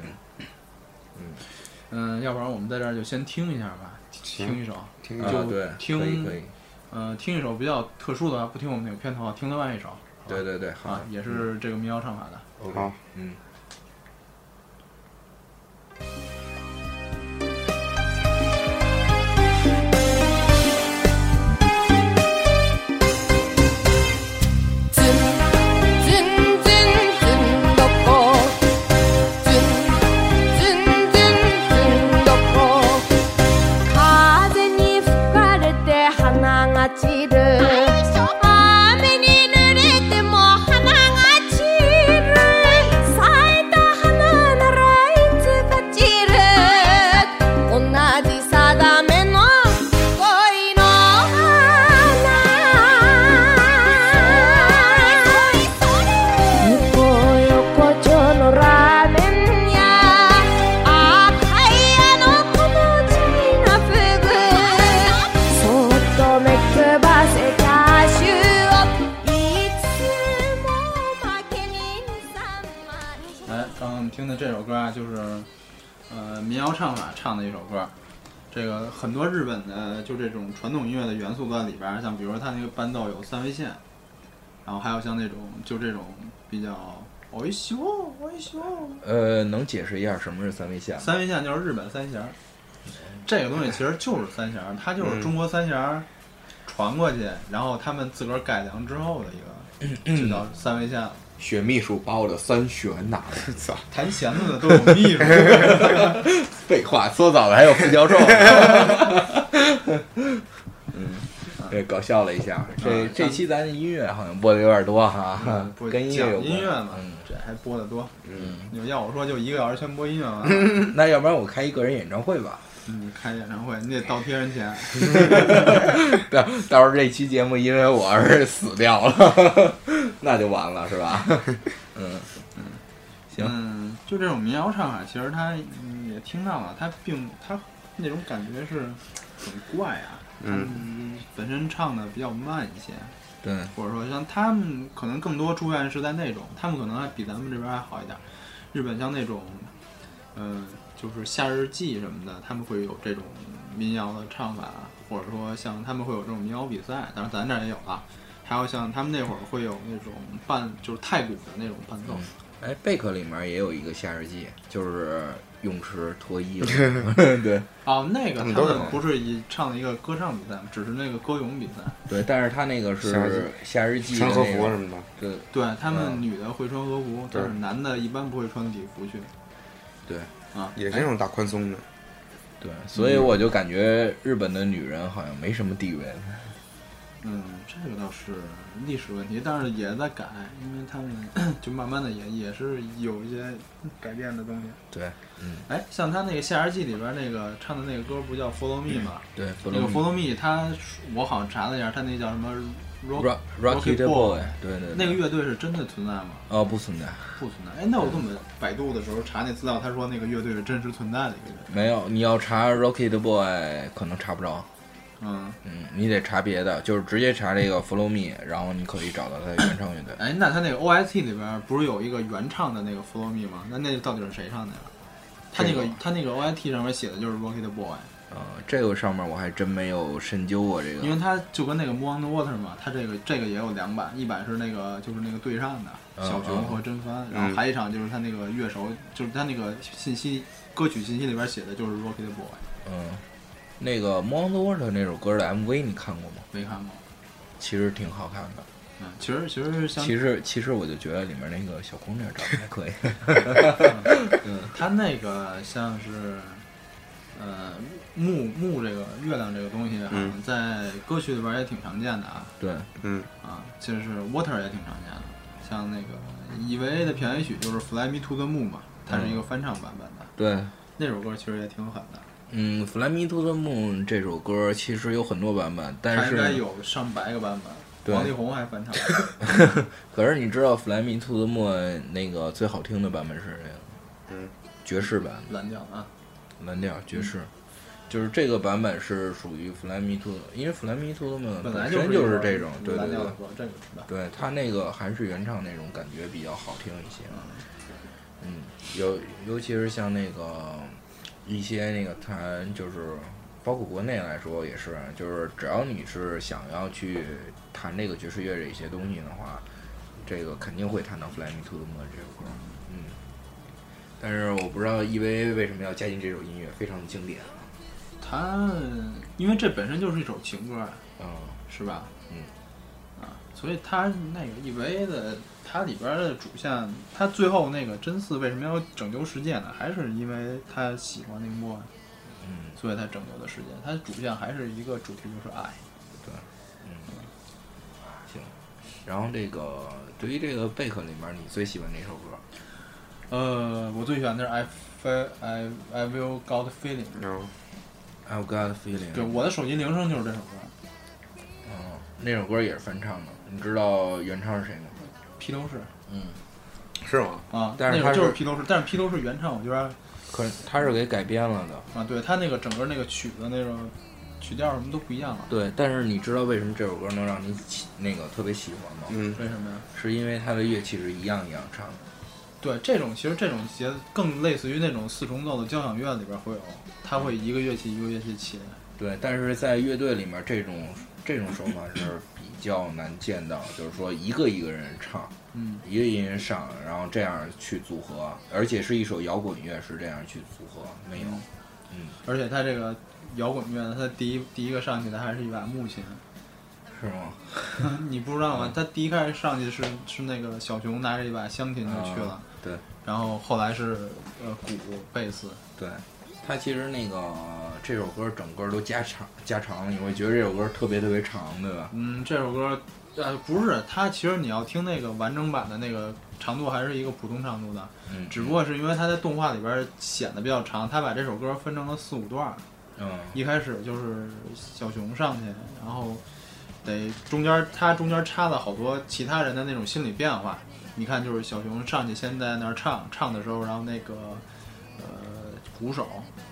要不然我们在这儿就先听一下吧，听一首， 对， 听可以。 听一首比较特殊的，不听我们那个片头，听另外一首。 对对对，好， 也是这个民谣唱法的。 好， 嗯。 民谣唱法唱的一首歌，这个很多日本的就这种传统音乐的元素在里边，像比如说它那个伴奏有3味线，然后还有像那种就这种比较能解释一下什么是3味线 ？3味线就是日本三弦，这个东西其实就是三弦，它就是中国三弦传过去，然后他们自个儿改良之后的一个，就叫3味线了。 学秘书把我的3弦拿了，操！ 弹弦子的都有秘书。 废话，说早了还有副教授。对，搞笑了一下。这期咱音乐好像播的有点多哈，跟音乐有关。 音乐嘛，这还播的多。你要我说就1个小时全播音乐完了。 那要不然我开一个人演唱会吧。 开演唱会你得倒贴人钱。 到时候这期节目因为我儿死掉了，那就完了是吧？行。 就这种民谣唱法，其实他也听到了，他那种感觉是很怪啊。本身唱的比较慢一些。 对。 或者说像他们可能更多出现是在那种，他们可能还比咱们这边还好一点。日本像那种，就是夏日祭什么的，他们会有这种民谣的唱法，或者说像他们会有这种民谣比赛，当然咱这儿也有啊。还有像他们那会儿会有那种就是太鼓的那种伴奏。 贝克里面也有一个夏日祭，就是泳池脱衣服。对。 那个他们不是唱了一个歌唱比赛，只是那个歌咏比赛。 对，但是他那个是夏日祭穿和服什么的。 对，他们女的会穿和服，但是男的一般不会穿底服去。 对。 也是那种大宽松的。 对，所以我就感觉日本的女人好像没什么地位。 这个倒是历史问题，但是也在改，因为他们就慢慢的也是有一些改变的东西。 对， 像他那个夏日祭里边那个唱的那个歌不叫 Follow Me 吗？ 对， 那个 Follow Me， 我好像查了一下，他那叫什么 Rocky Boy， 对， 那个乐队是真的存在吗？ 不存在， 不存在。那我这么百度的时候查那资料，他说那个乐队是真实存在的一个乐队。 没有，你要查 Rocky Boy 可能查不着。你得查别的，就是直接查这个 Follow Me， 然后你可以找到他的原唱乐队。 那他那个 OST 里边不是有一个原唱的那个 Follow Me 吗？那到底是谁唱的呀？他那个 OST 上面写的就是 Rocky Boy。 这个上面我还真没有深究过这个。 因为他就跟那个 Moon on the Water 嘛，他这个也有2版，一版是那个就是那个对唱的小熊和真帆，然后还一场就是他那个乐手，就是他那个歌曲信息里边写的就是 Rocky Boy。 那个《Moon on the Water》那首歌的 MV 你看过吗？ 没看过。 其实挺好看的。 其实其实我就觉得里面那个小姑娘长得还可以。 他那个像是木这个月亮这个东西，好像在歌曲里边也挺常见的啊。 对， 就是 Water 也挺常见的，像那个EVA 的片尾曲就是 Fly Me to the Moon 嘛，它是一个翻唱版本的。 对， 那首歌其实也挺狠的。 Fly Me to the Moon 这首歌其实有很多版本，但是应该有上百个版本，王力宏还翻唱。 可是你知道 Fly Me to the Moon 那个最好听的版本是谁？爵士版， 蓝调啊， 蓝调爵士。就是这个版本是属于 Fly Me to， 因为 Fly Me to the Moon 本身就是这种，对对对，对他那个韩式原唱那种感觉比较好听一些。尤其是像那个一些那个弹就是包括国内来说也是，就是只要你是想要去弹这个爵士乐这些东西的话，这个肯定会弹到《Fly Me to the Moon》这首歌。但是我不知道 EVA 为什么要加进这首音乐，非常的经典。 它因为这本身就是一首情歌，是吧？所以它那个 EVA 的它里边的主线，它最后那个真嗣为什么要拯救世界呢？还是因为他喜欢那个莫，所以他拯救的世界。它主线还是一个主题，就是爱。 对，行。然后这个对于这个贝克里面，你最喜欢哪首歌？ 我最喜欢的是 I Will Got Feeling。I've Got Feeling。 对，我的手机铃声就是这首歌。 那首歌也是翻唱的，你知道原唱是谁吗？ 披头士。 是吗？ 但是那就是披头士，但是披头士原唱我觉得， 可是他是给改编了的。 对他那个整个那个曲的那种曲调什么都不一样了。 对，但是你知道为什么这首歌能让你那个特别喜欢吗？ 为什么呀？ 是因为它的乐器是一样一样唱的。 对，其实这种节更类似于那种四重奏的交响乐里边会有，它会一个乐器一个乐器起来。 对，但是在乐队里面这种手法是比较难见到，就是说一个人唱，一个人上，然后这样去组合，而且是一首摇滚乐是这样去组合，没有。 而且它这个摇滚乐，它第一个上去的还是一把木琴。 是吗？ 你不知道吗？他第一开始上去是那个小熊拿着一把香琴就去了， 对。 然后后来是鼓、贝斯。 对，他其实那个这首歌整个都加长，你会觉得这首歌特别长，对吧？ 这首歌不是，它其实你要听那个完整版的那个长度还是一个普通长度的，只不过是因为它在动画里边显得比较长，他把这首歌分成了4-5段。一开始就是小熊上去，然后得中间插了好多其他人的那种心理变化。你看，就是小熊上去先在那儿唱的时候，然后那个鼓手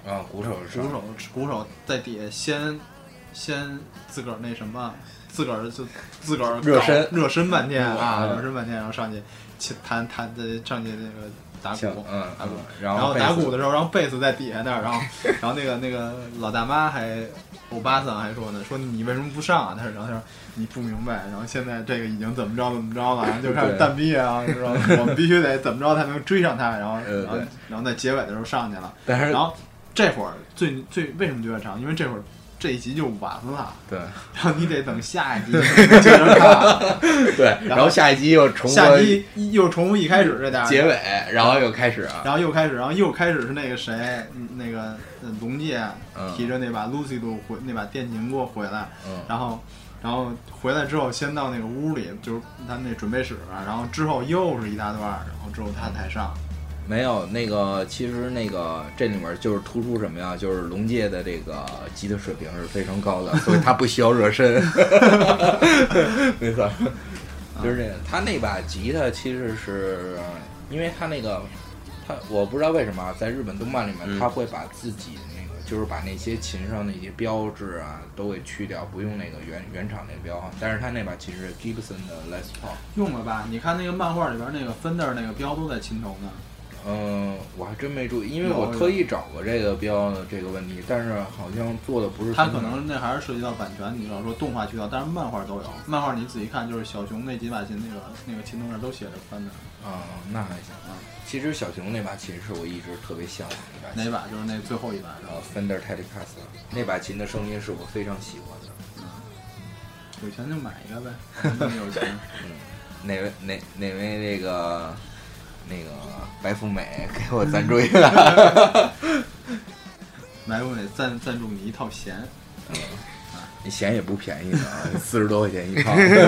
在底下先自个儿那什么，自个儿热身半天热身半天，然后上去弹的上去那个打鼓，然后打鼓的时候，然后贝斯在底下那儿，然后那个老大妈欧巴桑还说呢，说你为什么不上啊？他说你不明白，然后现在这个已经怎么着了，然后就开始蛋逼啊，是吧？我们必须得怎么着才能追上他，然后在结尾的时候上去了，然后这会儿最为什么就要长？因为这一集就完了，对，然后你得等下一集接着看， 对，然后下一集又重复一开始这点结尾，然后又开始， 然后又开始是那个谁，那个龙介提着那把 Lucy 那把电琴给我回来，然后回来之后先到那个屋里，就是他那准备室，然后之后又是一大段，然后之后他才上。 没有那个，其实那个这里面就是突出什么呀？就是龙介的这个吉他水平是非常高的，所以他不需要热身。没错，就是这个。他那把吉他其实是因为他我不知道为什么在日本动漫里面他会把自己那个就是把那些琴上那些标志啊都给去掉，不用那个原厂那标，但是他那把琴是 Gibson 的 Les Paul 用了吧？你看那个漫画里边那个 Fender 那个标都在琴头呢。 我还真没注意，因为我特意找过这个标的这个问题，但是好像做的不是。 它可能那还是涉及到版权，你要说动画渠道，但是漫画都有。漫画你仔细看，就是小熊那几把琴，那个琴头上都写着Fender。 那还行啊。其实小熊那把琴是我一直特别向往的一把琴。 哪把？就是那最后一把。 Fender Telecaster 那把琴的声音是我非常喜欢的。 有钱就买一个呗，那么有钱。 哪位那个白富美给我赞助一个， 白富美赞助你一套弦， 你弦也不便宜的，40多块钱一套。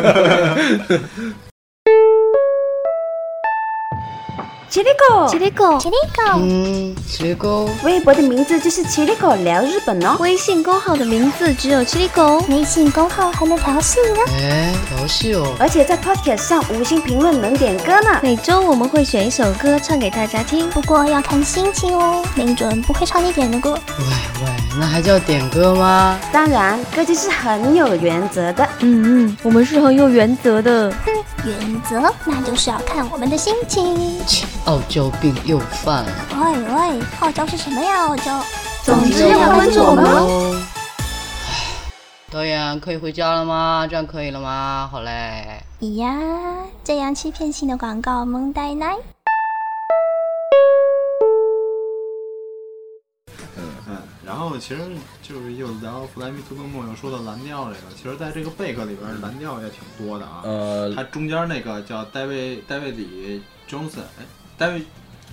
奇里狗，奇里狗，奇里狗， 奇里狗。 微博的名字就是奇里狗聊日本哦，微信公号的名字只有奇里狗， 微信公号还能调戏呢。调戏哦！ 而且在 Podcast 上5星评论能点歌呢。 每周我们会选一首歌唱给大家听， 不过要看心情哦，没准不会唱你点的歌。 喂，那还叫点歌吗？ 当然，歌姬是很有原则的。 我们是很有原则的。 原则那就是要看我们的心情。 傲娇病又犯了。 喂，傲娇是什么呀？傲娇。 总之要关注我们哦。 导演可以回家了吗？这样可以了吗？好嘞。 咦呀，这样欺骗性的广告萌呆奶。 然后其实就是又聊 Fly Me to the Moon， 又说到蓝调这个，其实在这个贝克里边蓝调也挺多的啊。它中间那个叫戴维里 Johnson， 戴维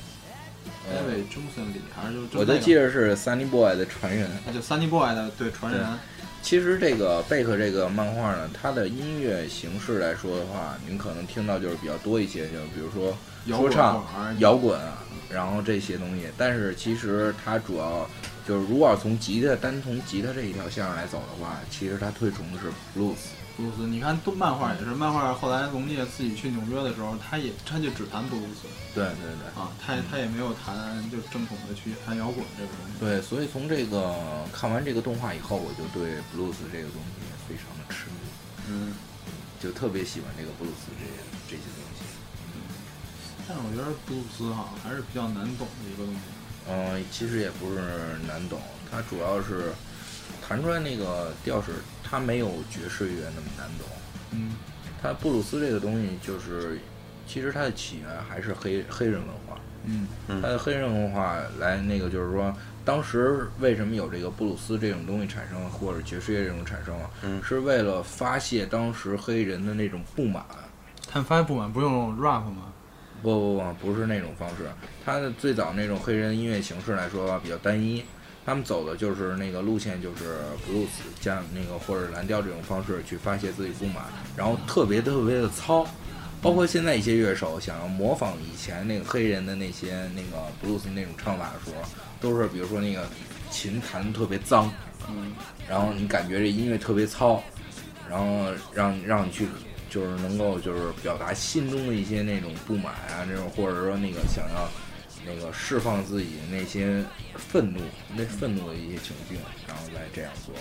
Johnson 里还是就我就记得是 Sunny Boy 的传人， 就 Sunny Boy 的对传人。 其实这个贝克这个漫画呢，它的音乐形式来说的话，您可能听到就是比较多一些，就比如说说唱、摇滚啊，然后这些东西。但是其实它主要就是如果要从单从吉他这一条线上来走的话，其实它推崇的是 blues。 你看漫画也是，漫画后来龙介自己去纽约的时候，他就只弹布鲁斯。 对啊，他也没有弹就正统的去弹摇滚这个东西。 对，所以从这个看完这个动画以后，我就对布鲁斯这个东西非常的痴迷。就特别喜欢这个布鲁斯这些东西。 但是我觉得布鲁斯哈还是比较难懂的一个东西。 其实也不是难懂，它主要是弹出来那个调式。它没有爵士乐那么难懂，它布鲁斯这个东西就是，其实它的起源还是黑人文化，它的黑人文化来那个就是说，当时为什么有这个布鲁斯这种东西产生，或者爵士乐这种产生啊，是为了发泄当时黑人的那种不满。 他们发泄不满不用 rap 吗？ 不是那种方式，它的最早那种黑人音乐形式来说比较单一。他们走的就是那个路线，就是 blues 加那个或者蓝调这种方式去发泄自己不满，然后特别的糙，包括现在一些乐手想要模仿以前那个黑人的那些那个 blues 那种唱法的时候，都是比如说那个琴弹得特别脏，然后你感觉这音乐特别糙，然后让你去就是能够就是表达心中的一些那种不满啊，这种或者说那个想要那个释放自己那些愤怒的一些情境，然后来这样做。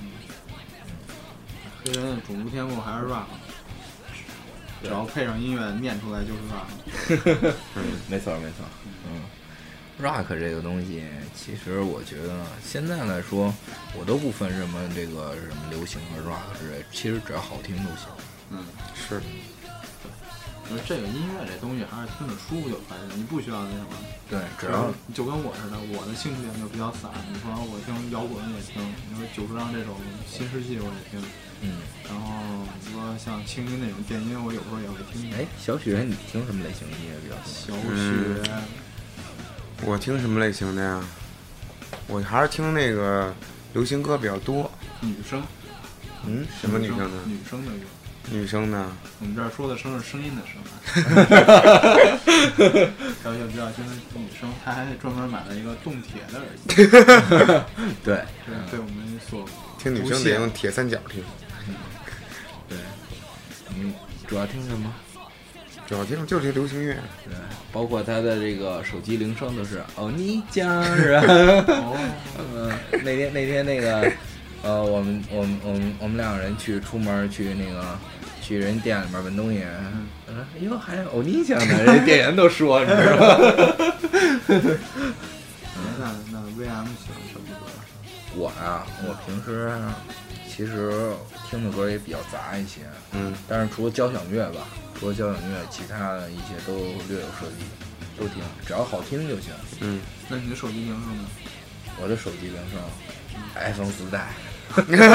黑人的种族天赋还是 rap， 只要配上音乐念出来就是 rap。 没错。rock 这个东西，其实我觉得现在来说，我都不分什么这个什么流行和 rock 之类，其实只要好听就行。 是。 这个音乐这东西还是听着舒服就可以，你不需要那什么。 对，只要就跟我似的，我的兴趣点就比较散。你说我听摇滚也听，你说久石让这种新世纪我也听，然后你说像轻音那种电音，我有时候也会听。 小雪，你听什么类型的音乐比较多？ 小雪， 我听什么类型的呀？我还是听那个流行歌比较多。 女生？ 什么女生呢？ 女生的歌。 女生呢？ 我们这儿说的声是声音的声。小雪比较听女生，她还专门买了一个动铁的耳机。 对， 被我们所听女生得用铁三角听。 对，主要听什么？ 主要听就是流行乐。 对，包括她的这个手机铃声都是你家人。那天那个。我们两个人出门去那个去人店里面闻东西，哎呦还有欧尼酱呢，人店员都说，你知道吗？ 那 VM 喜欢什么歌？ 我平时其实听的歌也比较杂一些，但是除了交响乐吧，其他的一些都略有涉及，都听，只要好听就行。 那你的手机铃声呢？ 我的手机铃声，iPhone 自带。 iPhone 也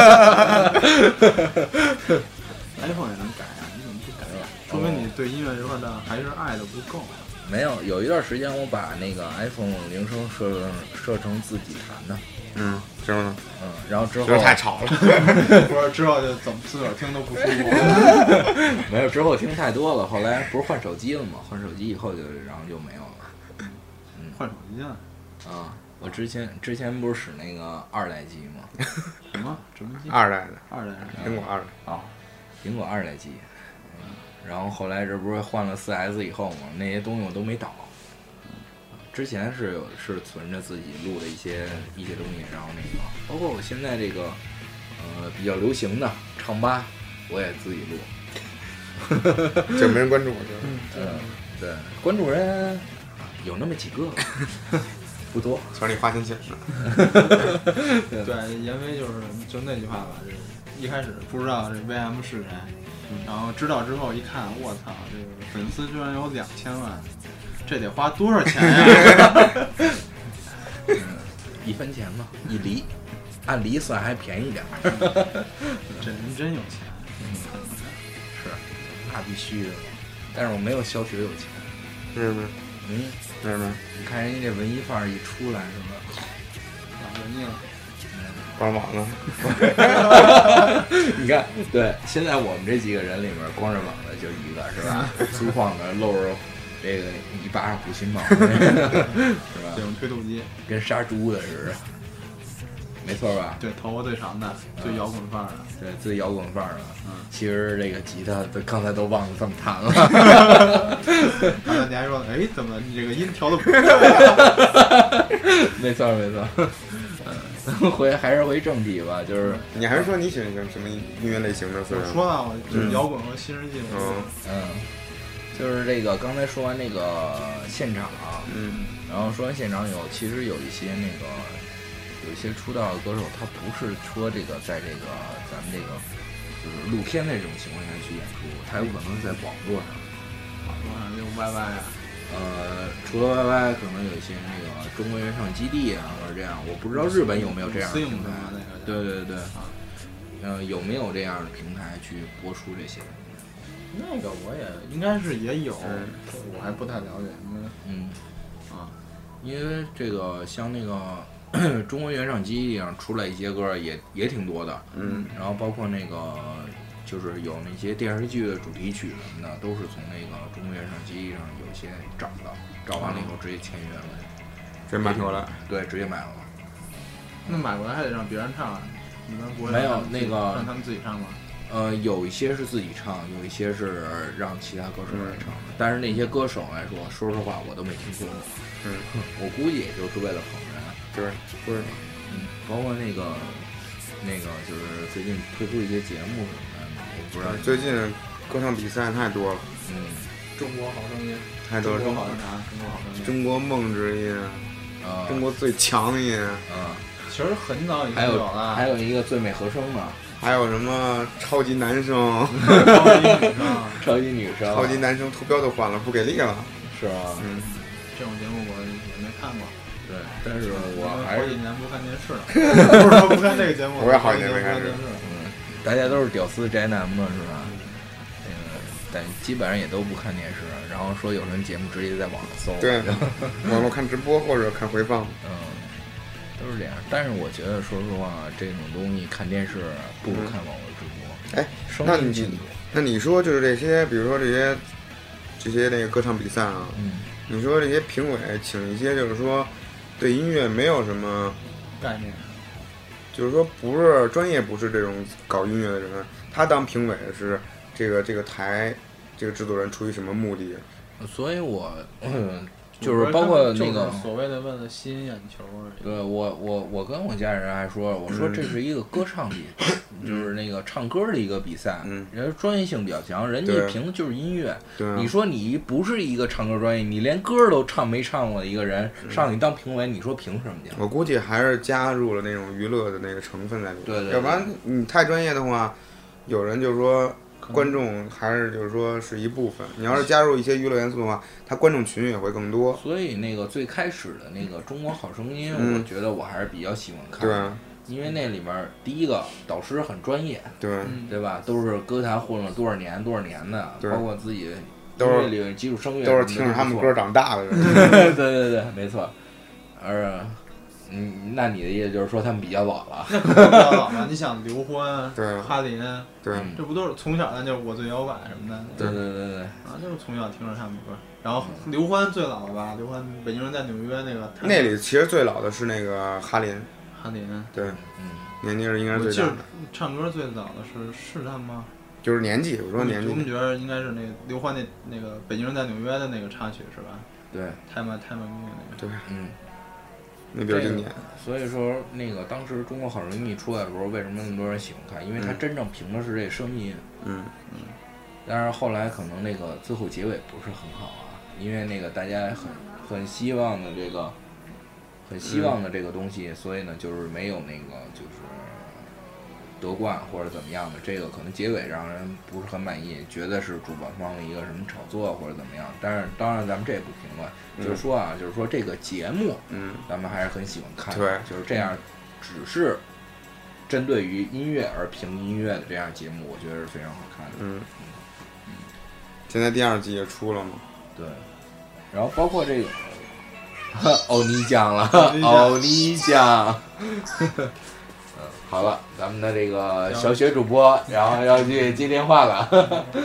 能改啊？你怎么不改啊？说明你对音乐这块的还是爱的不够。 没有一段时间我把那个 iPhone 铃声设成自己弹的。 之后呢？ 然后之后太吵了。 不是之后就怎么自个儿听都不舒服。 没有，之后听太多了，后来不是换手机了吗？换手机以后然后就没有了。 换手机了？ 我之前不是使那个2代机吗？ 什么机 ？2代的。苹果2代。 苹果2代机。然后后来这不是换了4S 以后嘛，那些东西我都没导。之前是存着自己录的一些东西，然后那个包括我现在这个比较流行的唱吧，我也自己录。 就没人关注我。 对，关注人有那么几个。 不多， 全是你花钱请的。 对，言飞就那句话吧，这一开始不知道这 VM 是谁，然后知道之后一看，我操，这个粉丝居然有2000万，这得花多少钱呀 ？1分钱嘛，1厘，按厘算还便宜点儿。 这人真有钱， 是，那必须的。但是我没有小雪有钱， 是吗？是吗？ 你看人家这文艺范儿一出来，是吧？ 老文艺了。 光网了， 你看，对，现在我们这几个人里面，光着膀子就一个，是吧？粗犷的，露着这个一巴掌虎心帽，是吧？ 这种推土机， 跟杀猪的似的，没错吧？ 对，头发最长的，最摇滚范儿的， 对，最摇滚范儿的。其实这个吉他，刚才都忘了怎么弹了。 刚才你还说，哎，怎么你这个音调的不对？ 没错，没错。还是回正题吧，就是你还是说你喜欢什么音乐类型的？ 我说了，我就是摇滚和新世纪。 就是这个刚才说完那个现场，然后说完现场其实有一些出道的歌手，他不是说这个在这个咱们这个就是露天的这种情况下去演出，他有可能是在网络上用 YY 啊。 除了 YY， 可能有一些那个中国原创基地啊，或者这样，我不知道日本有没有这样的平台。对，有没有这样的平台去播出这些？ 那个我也应该是也有，我还不太了解。 因为这个像那个中国原创基地上出来一些歌也挺多的，然后包括那个。就是有那些电视剧的主题曲什么的，都是从那个中国原创基地上有一些找完了以后直接签约了， 直接买回来。 对，直接买了。 那买过来还得让别人唱啊？你们不会没有那个让他们自己唱吗？ 有一些是自己唱，有一些是让其他歌手来唱。但是那些歌手来说实话，我都没听说过。我估计也就是为了捧人。 对，不是。 包括那个就是最近推出一些节目什么的。不知道最近歌唱比赛太多了， 中国好声音太多了， 中国好啥？中国好声音， 中国梦之音，中国最强音， 其实很早已经有了， 还有一个最美和声嘛， 还有什么超级男生、 超级女生、 超级男生图标都换了，不给力了， 是吧？ 这种节目我也没看过。 对，但是我还是好几年不看电视了，不是说不看这个节目， 我也好几年没看电视。 大家都是屌丝宅男嘛，是吧？但基本上也都不看电视，然后说有什么节目直接在网上搜。 对，网络看直播或者看回放。 都是这样。但是我觉得，说实话，这种东西看电视不如看网络直播。 哎，那你说就是这些，比如说这些那个歌唱比赛啊，你说这些评委请一些就是说对音乐没有什么概念。 就是说，不是专业，不是这种搞音乐的人，他当评委是这个台这个制作人出于什么目的？ 所以我就是包括那个所谓的为了吸引眼球而已。 对，我跟我家人还说，我说这是一个歌唱比，就是那个唱歌的一个比赛，人家专业性比较强，人家凭的就是音乐。你说你不是一个唱歌专业，你连歌都没唱过的一个人，上去当评委，你说凭什么去？ 我估计还是加入了那种娱乐的那个成分在里面。 对， 要不然你太专业的话，有人就说。观众还是就是说是一部分，你要是加入一些娱乐元素的话，他观众群也会更多。 所以那个最开始的那个《中国好声音》，我觉得我还是比较喜欢看的，因为那里面第一个导师很专业，对吧？都是歌坛混了多少年的，包括自己都是基础声乐， 都是听着他们歌长大的人。 对，没错。那你的意思就是说他们比较老了？ 那比较老了，你想刘欢、哈林，这不都是从小咱就我最摇摆什么的？ 对， 就是从小听着他们歌。然后刘欢最老了吧？刘欢《北京人在纽约》 那里其实最老的是那个哈林，对，年纪应该是最大的。 唱歌最早的是他吗？ 就是年纪，我说年纪。 我们觉得应该是那个刘欢那个《北京人在纽约》的那个插曲是吧？ 对， 太满意那个。 对，那比较经典。 所以说，那个当时《中国好声音》出来的时候，为什么那么多人喜欢看？因为它真正凭的是这声音。但是后来可能那个最后结尾不是很好啊，因为那个大家很希望的这个， 很希望的这个东西，所以呢就是没有那个就是夺冠或者怎么样的，这个可能结尾让人不是很满意，觉得是主办方的一个什么炒作或者怎么样。但是当然咱们这也不评论，就是说啊，就是说这个节目，咱们还是很喜欢看， 对， 就是这样，只是针对于音乐而评音乐的这样节目，我觉得是非常好看的。 现在第2季也出了嘛？ 对，然后包括这个欧尼酱了，欧尼酱。好了，咱们的这个小雪主播，然后要去接电话了。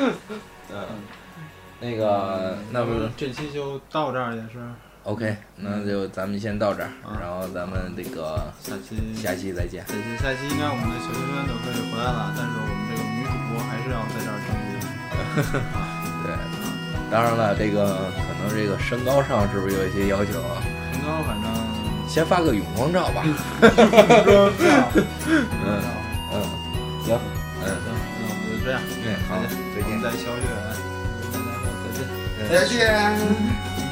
那个，那不这期就到这儿也是。 OK， 那就咱们先到这儿，然后咱们这个下期再见。 下期应该我们的小学生就可以回来了，但是我们这个女主播还是要在这儿等你。 对，当然了，这个可能这个身高上是不是有一些要求啊？ 身高反正先发个泳装照吧。 行， 行， 那我们就这样。 好，再见。 在小雪， 再见。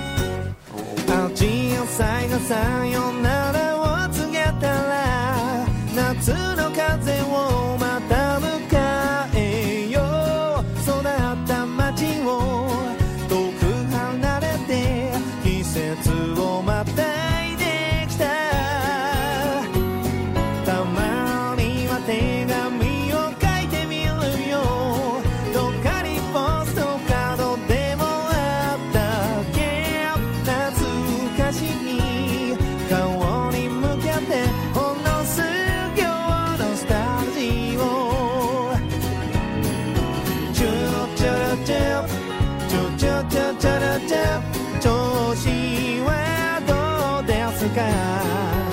青い朝がさよならを告げたら夏の風をまた迎えよう。育った街を遠く離れて季節をまたいできた。たまには手紙を書いてみるよ。どっかにポストカードでもあったっけ。懐かしい顔に向けてほんの数秒のスタジオ。チュルチュルチュルチュチュチュチュルチュ調子はどうですか。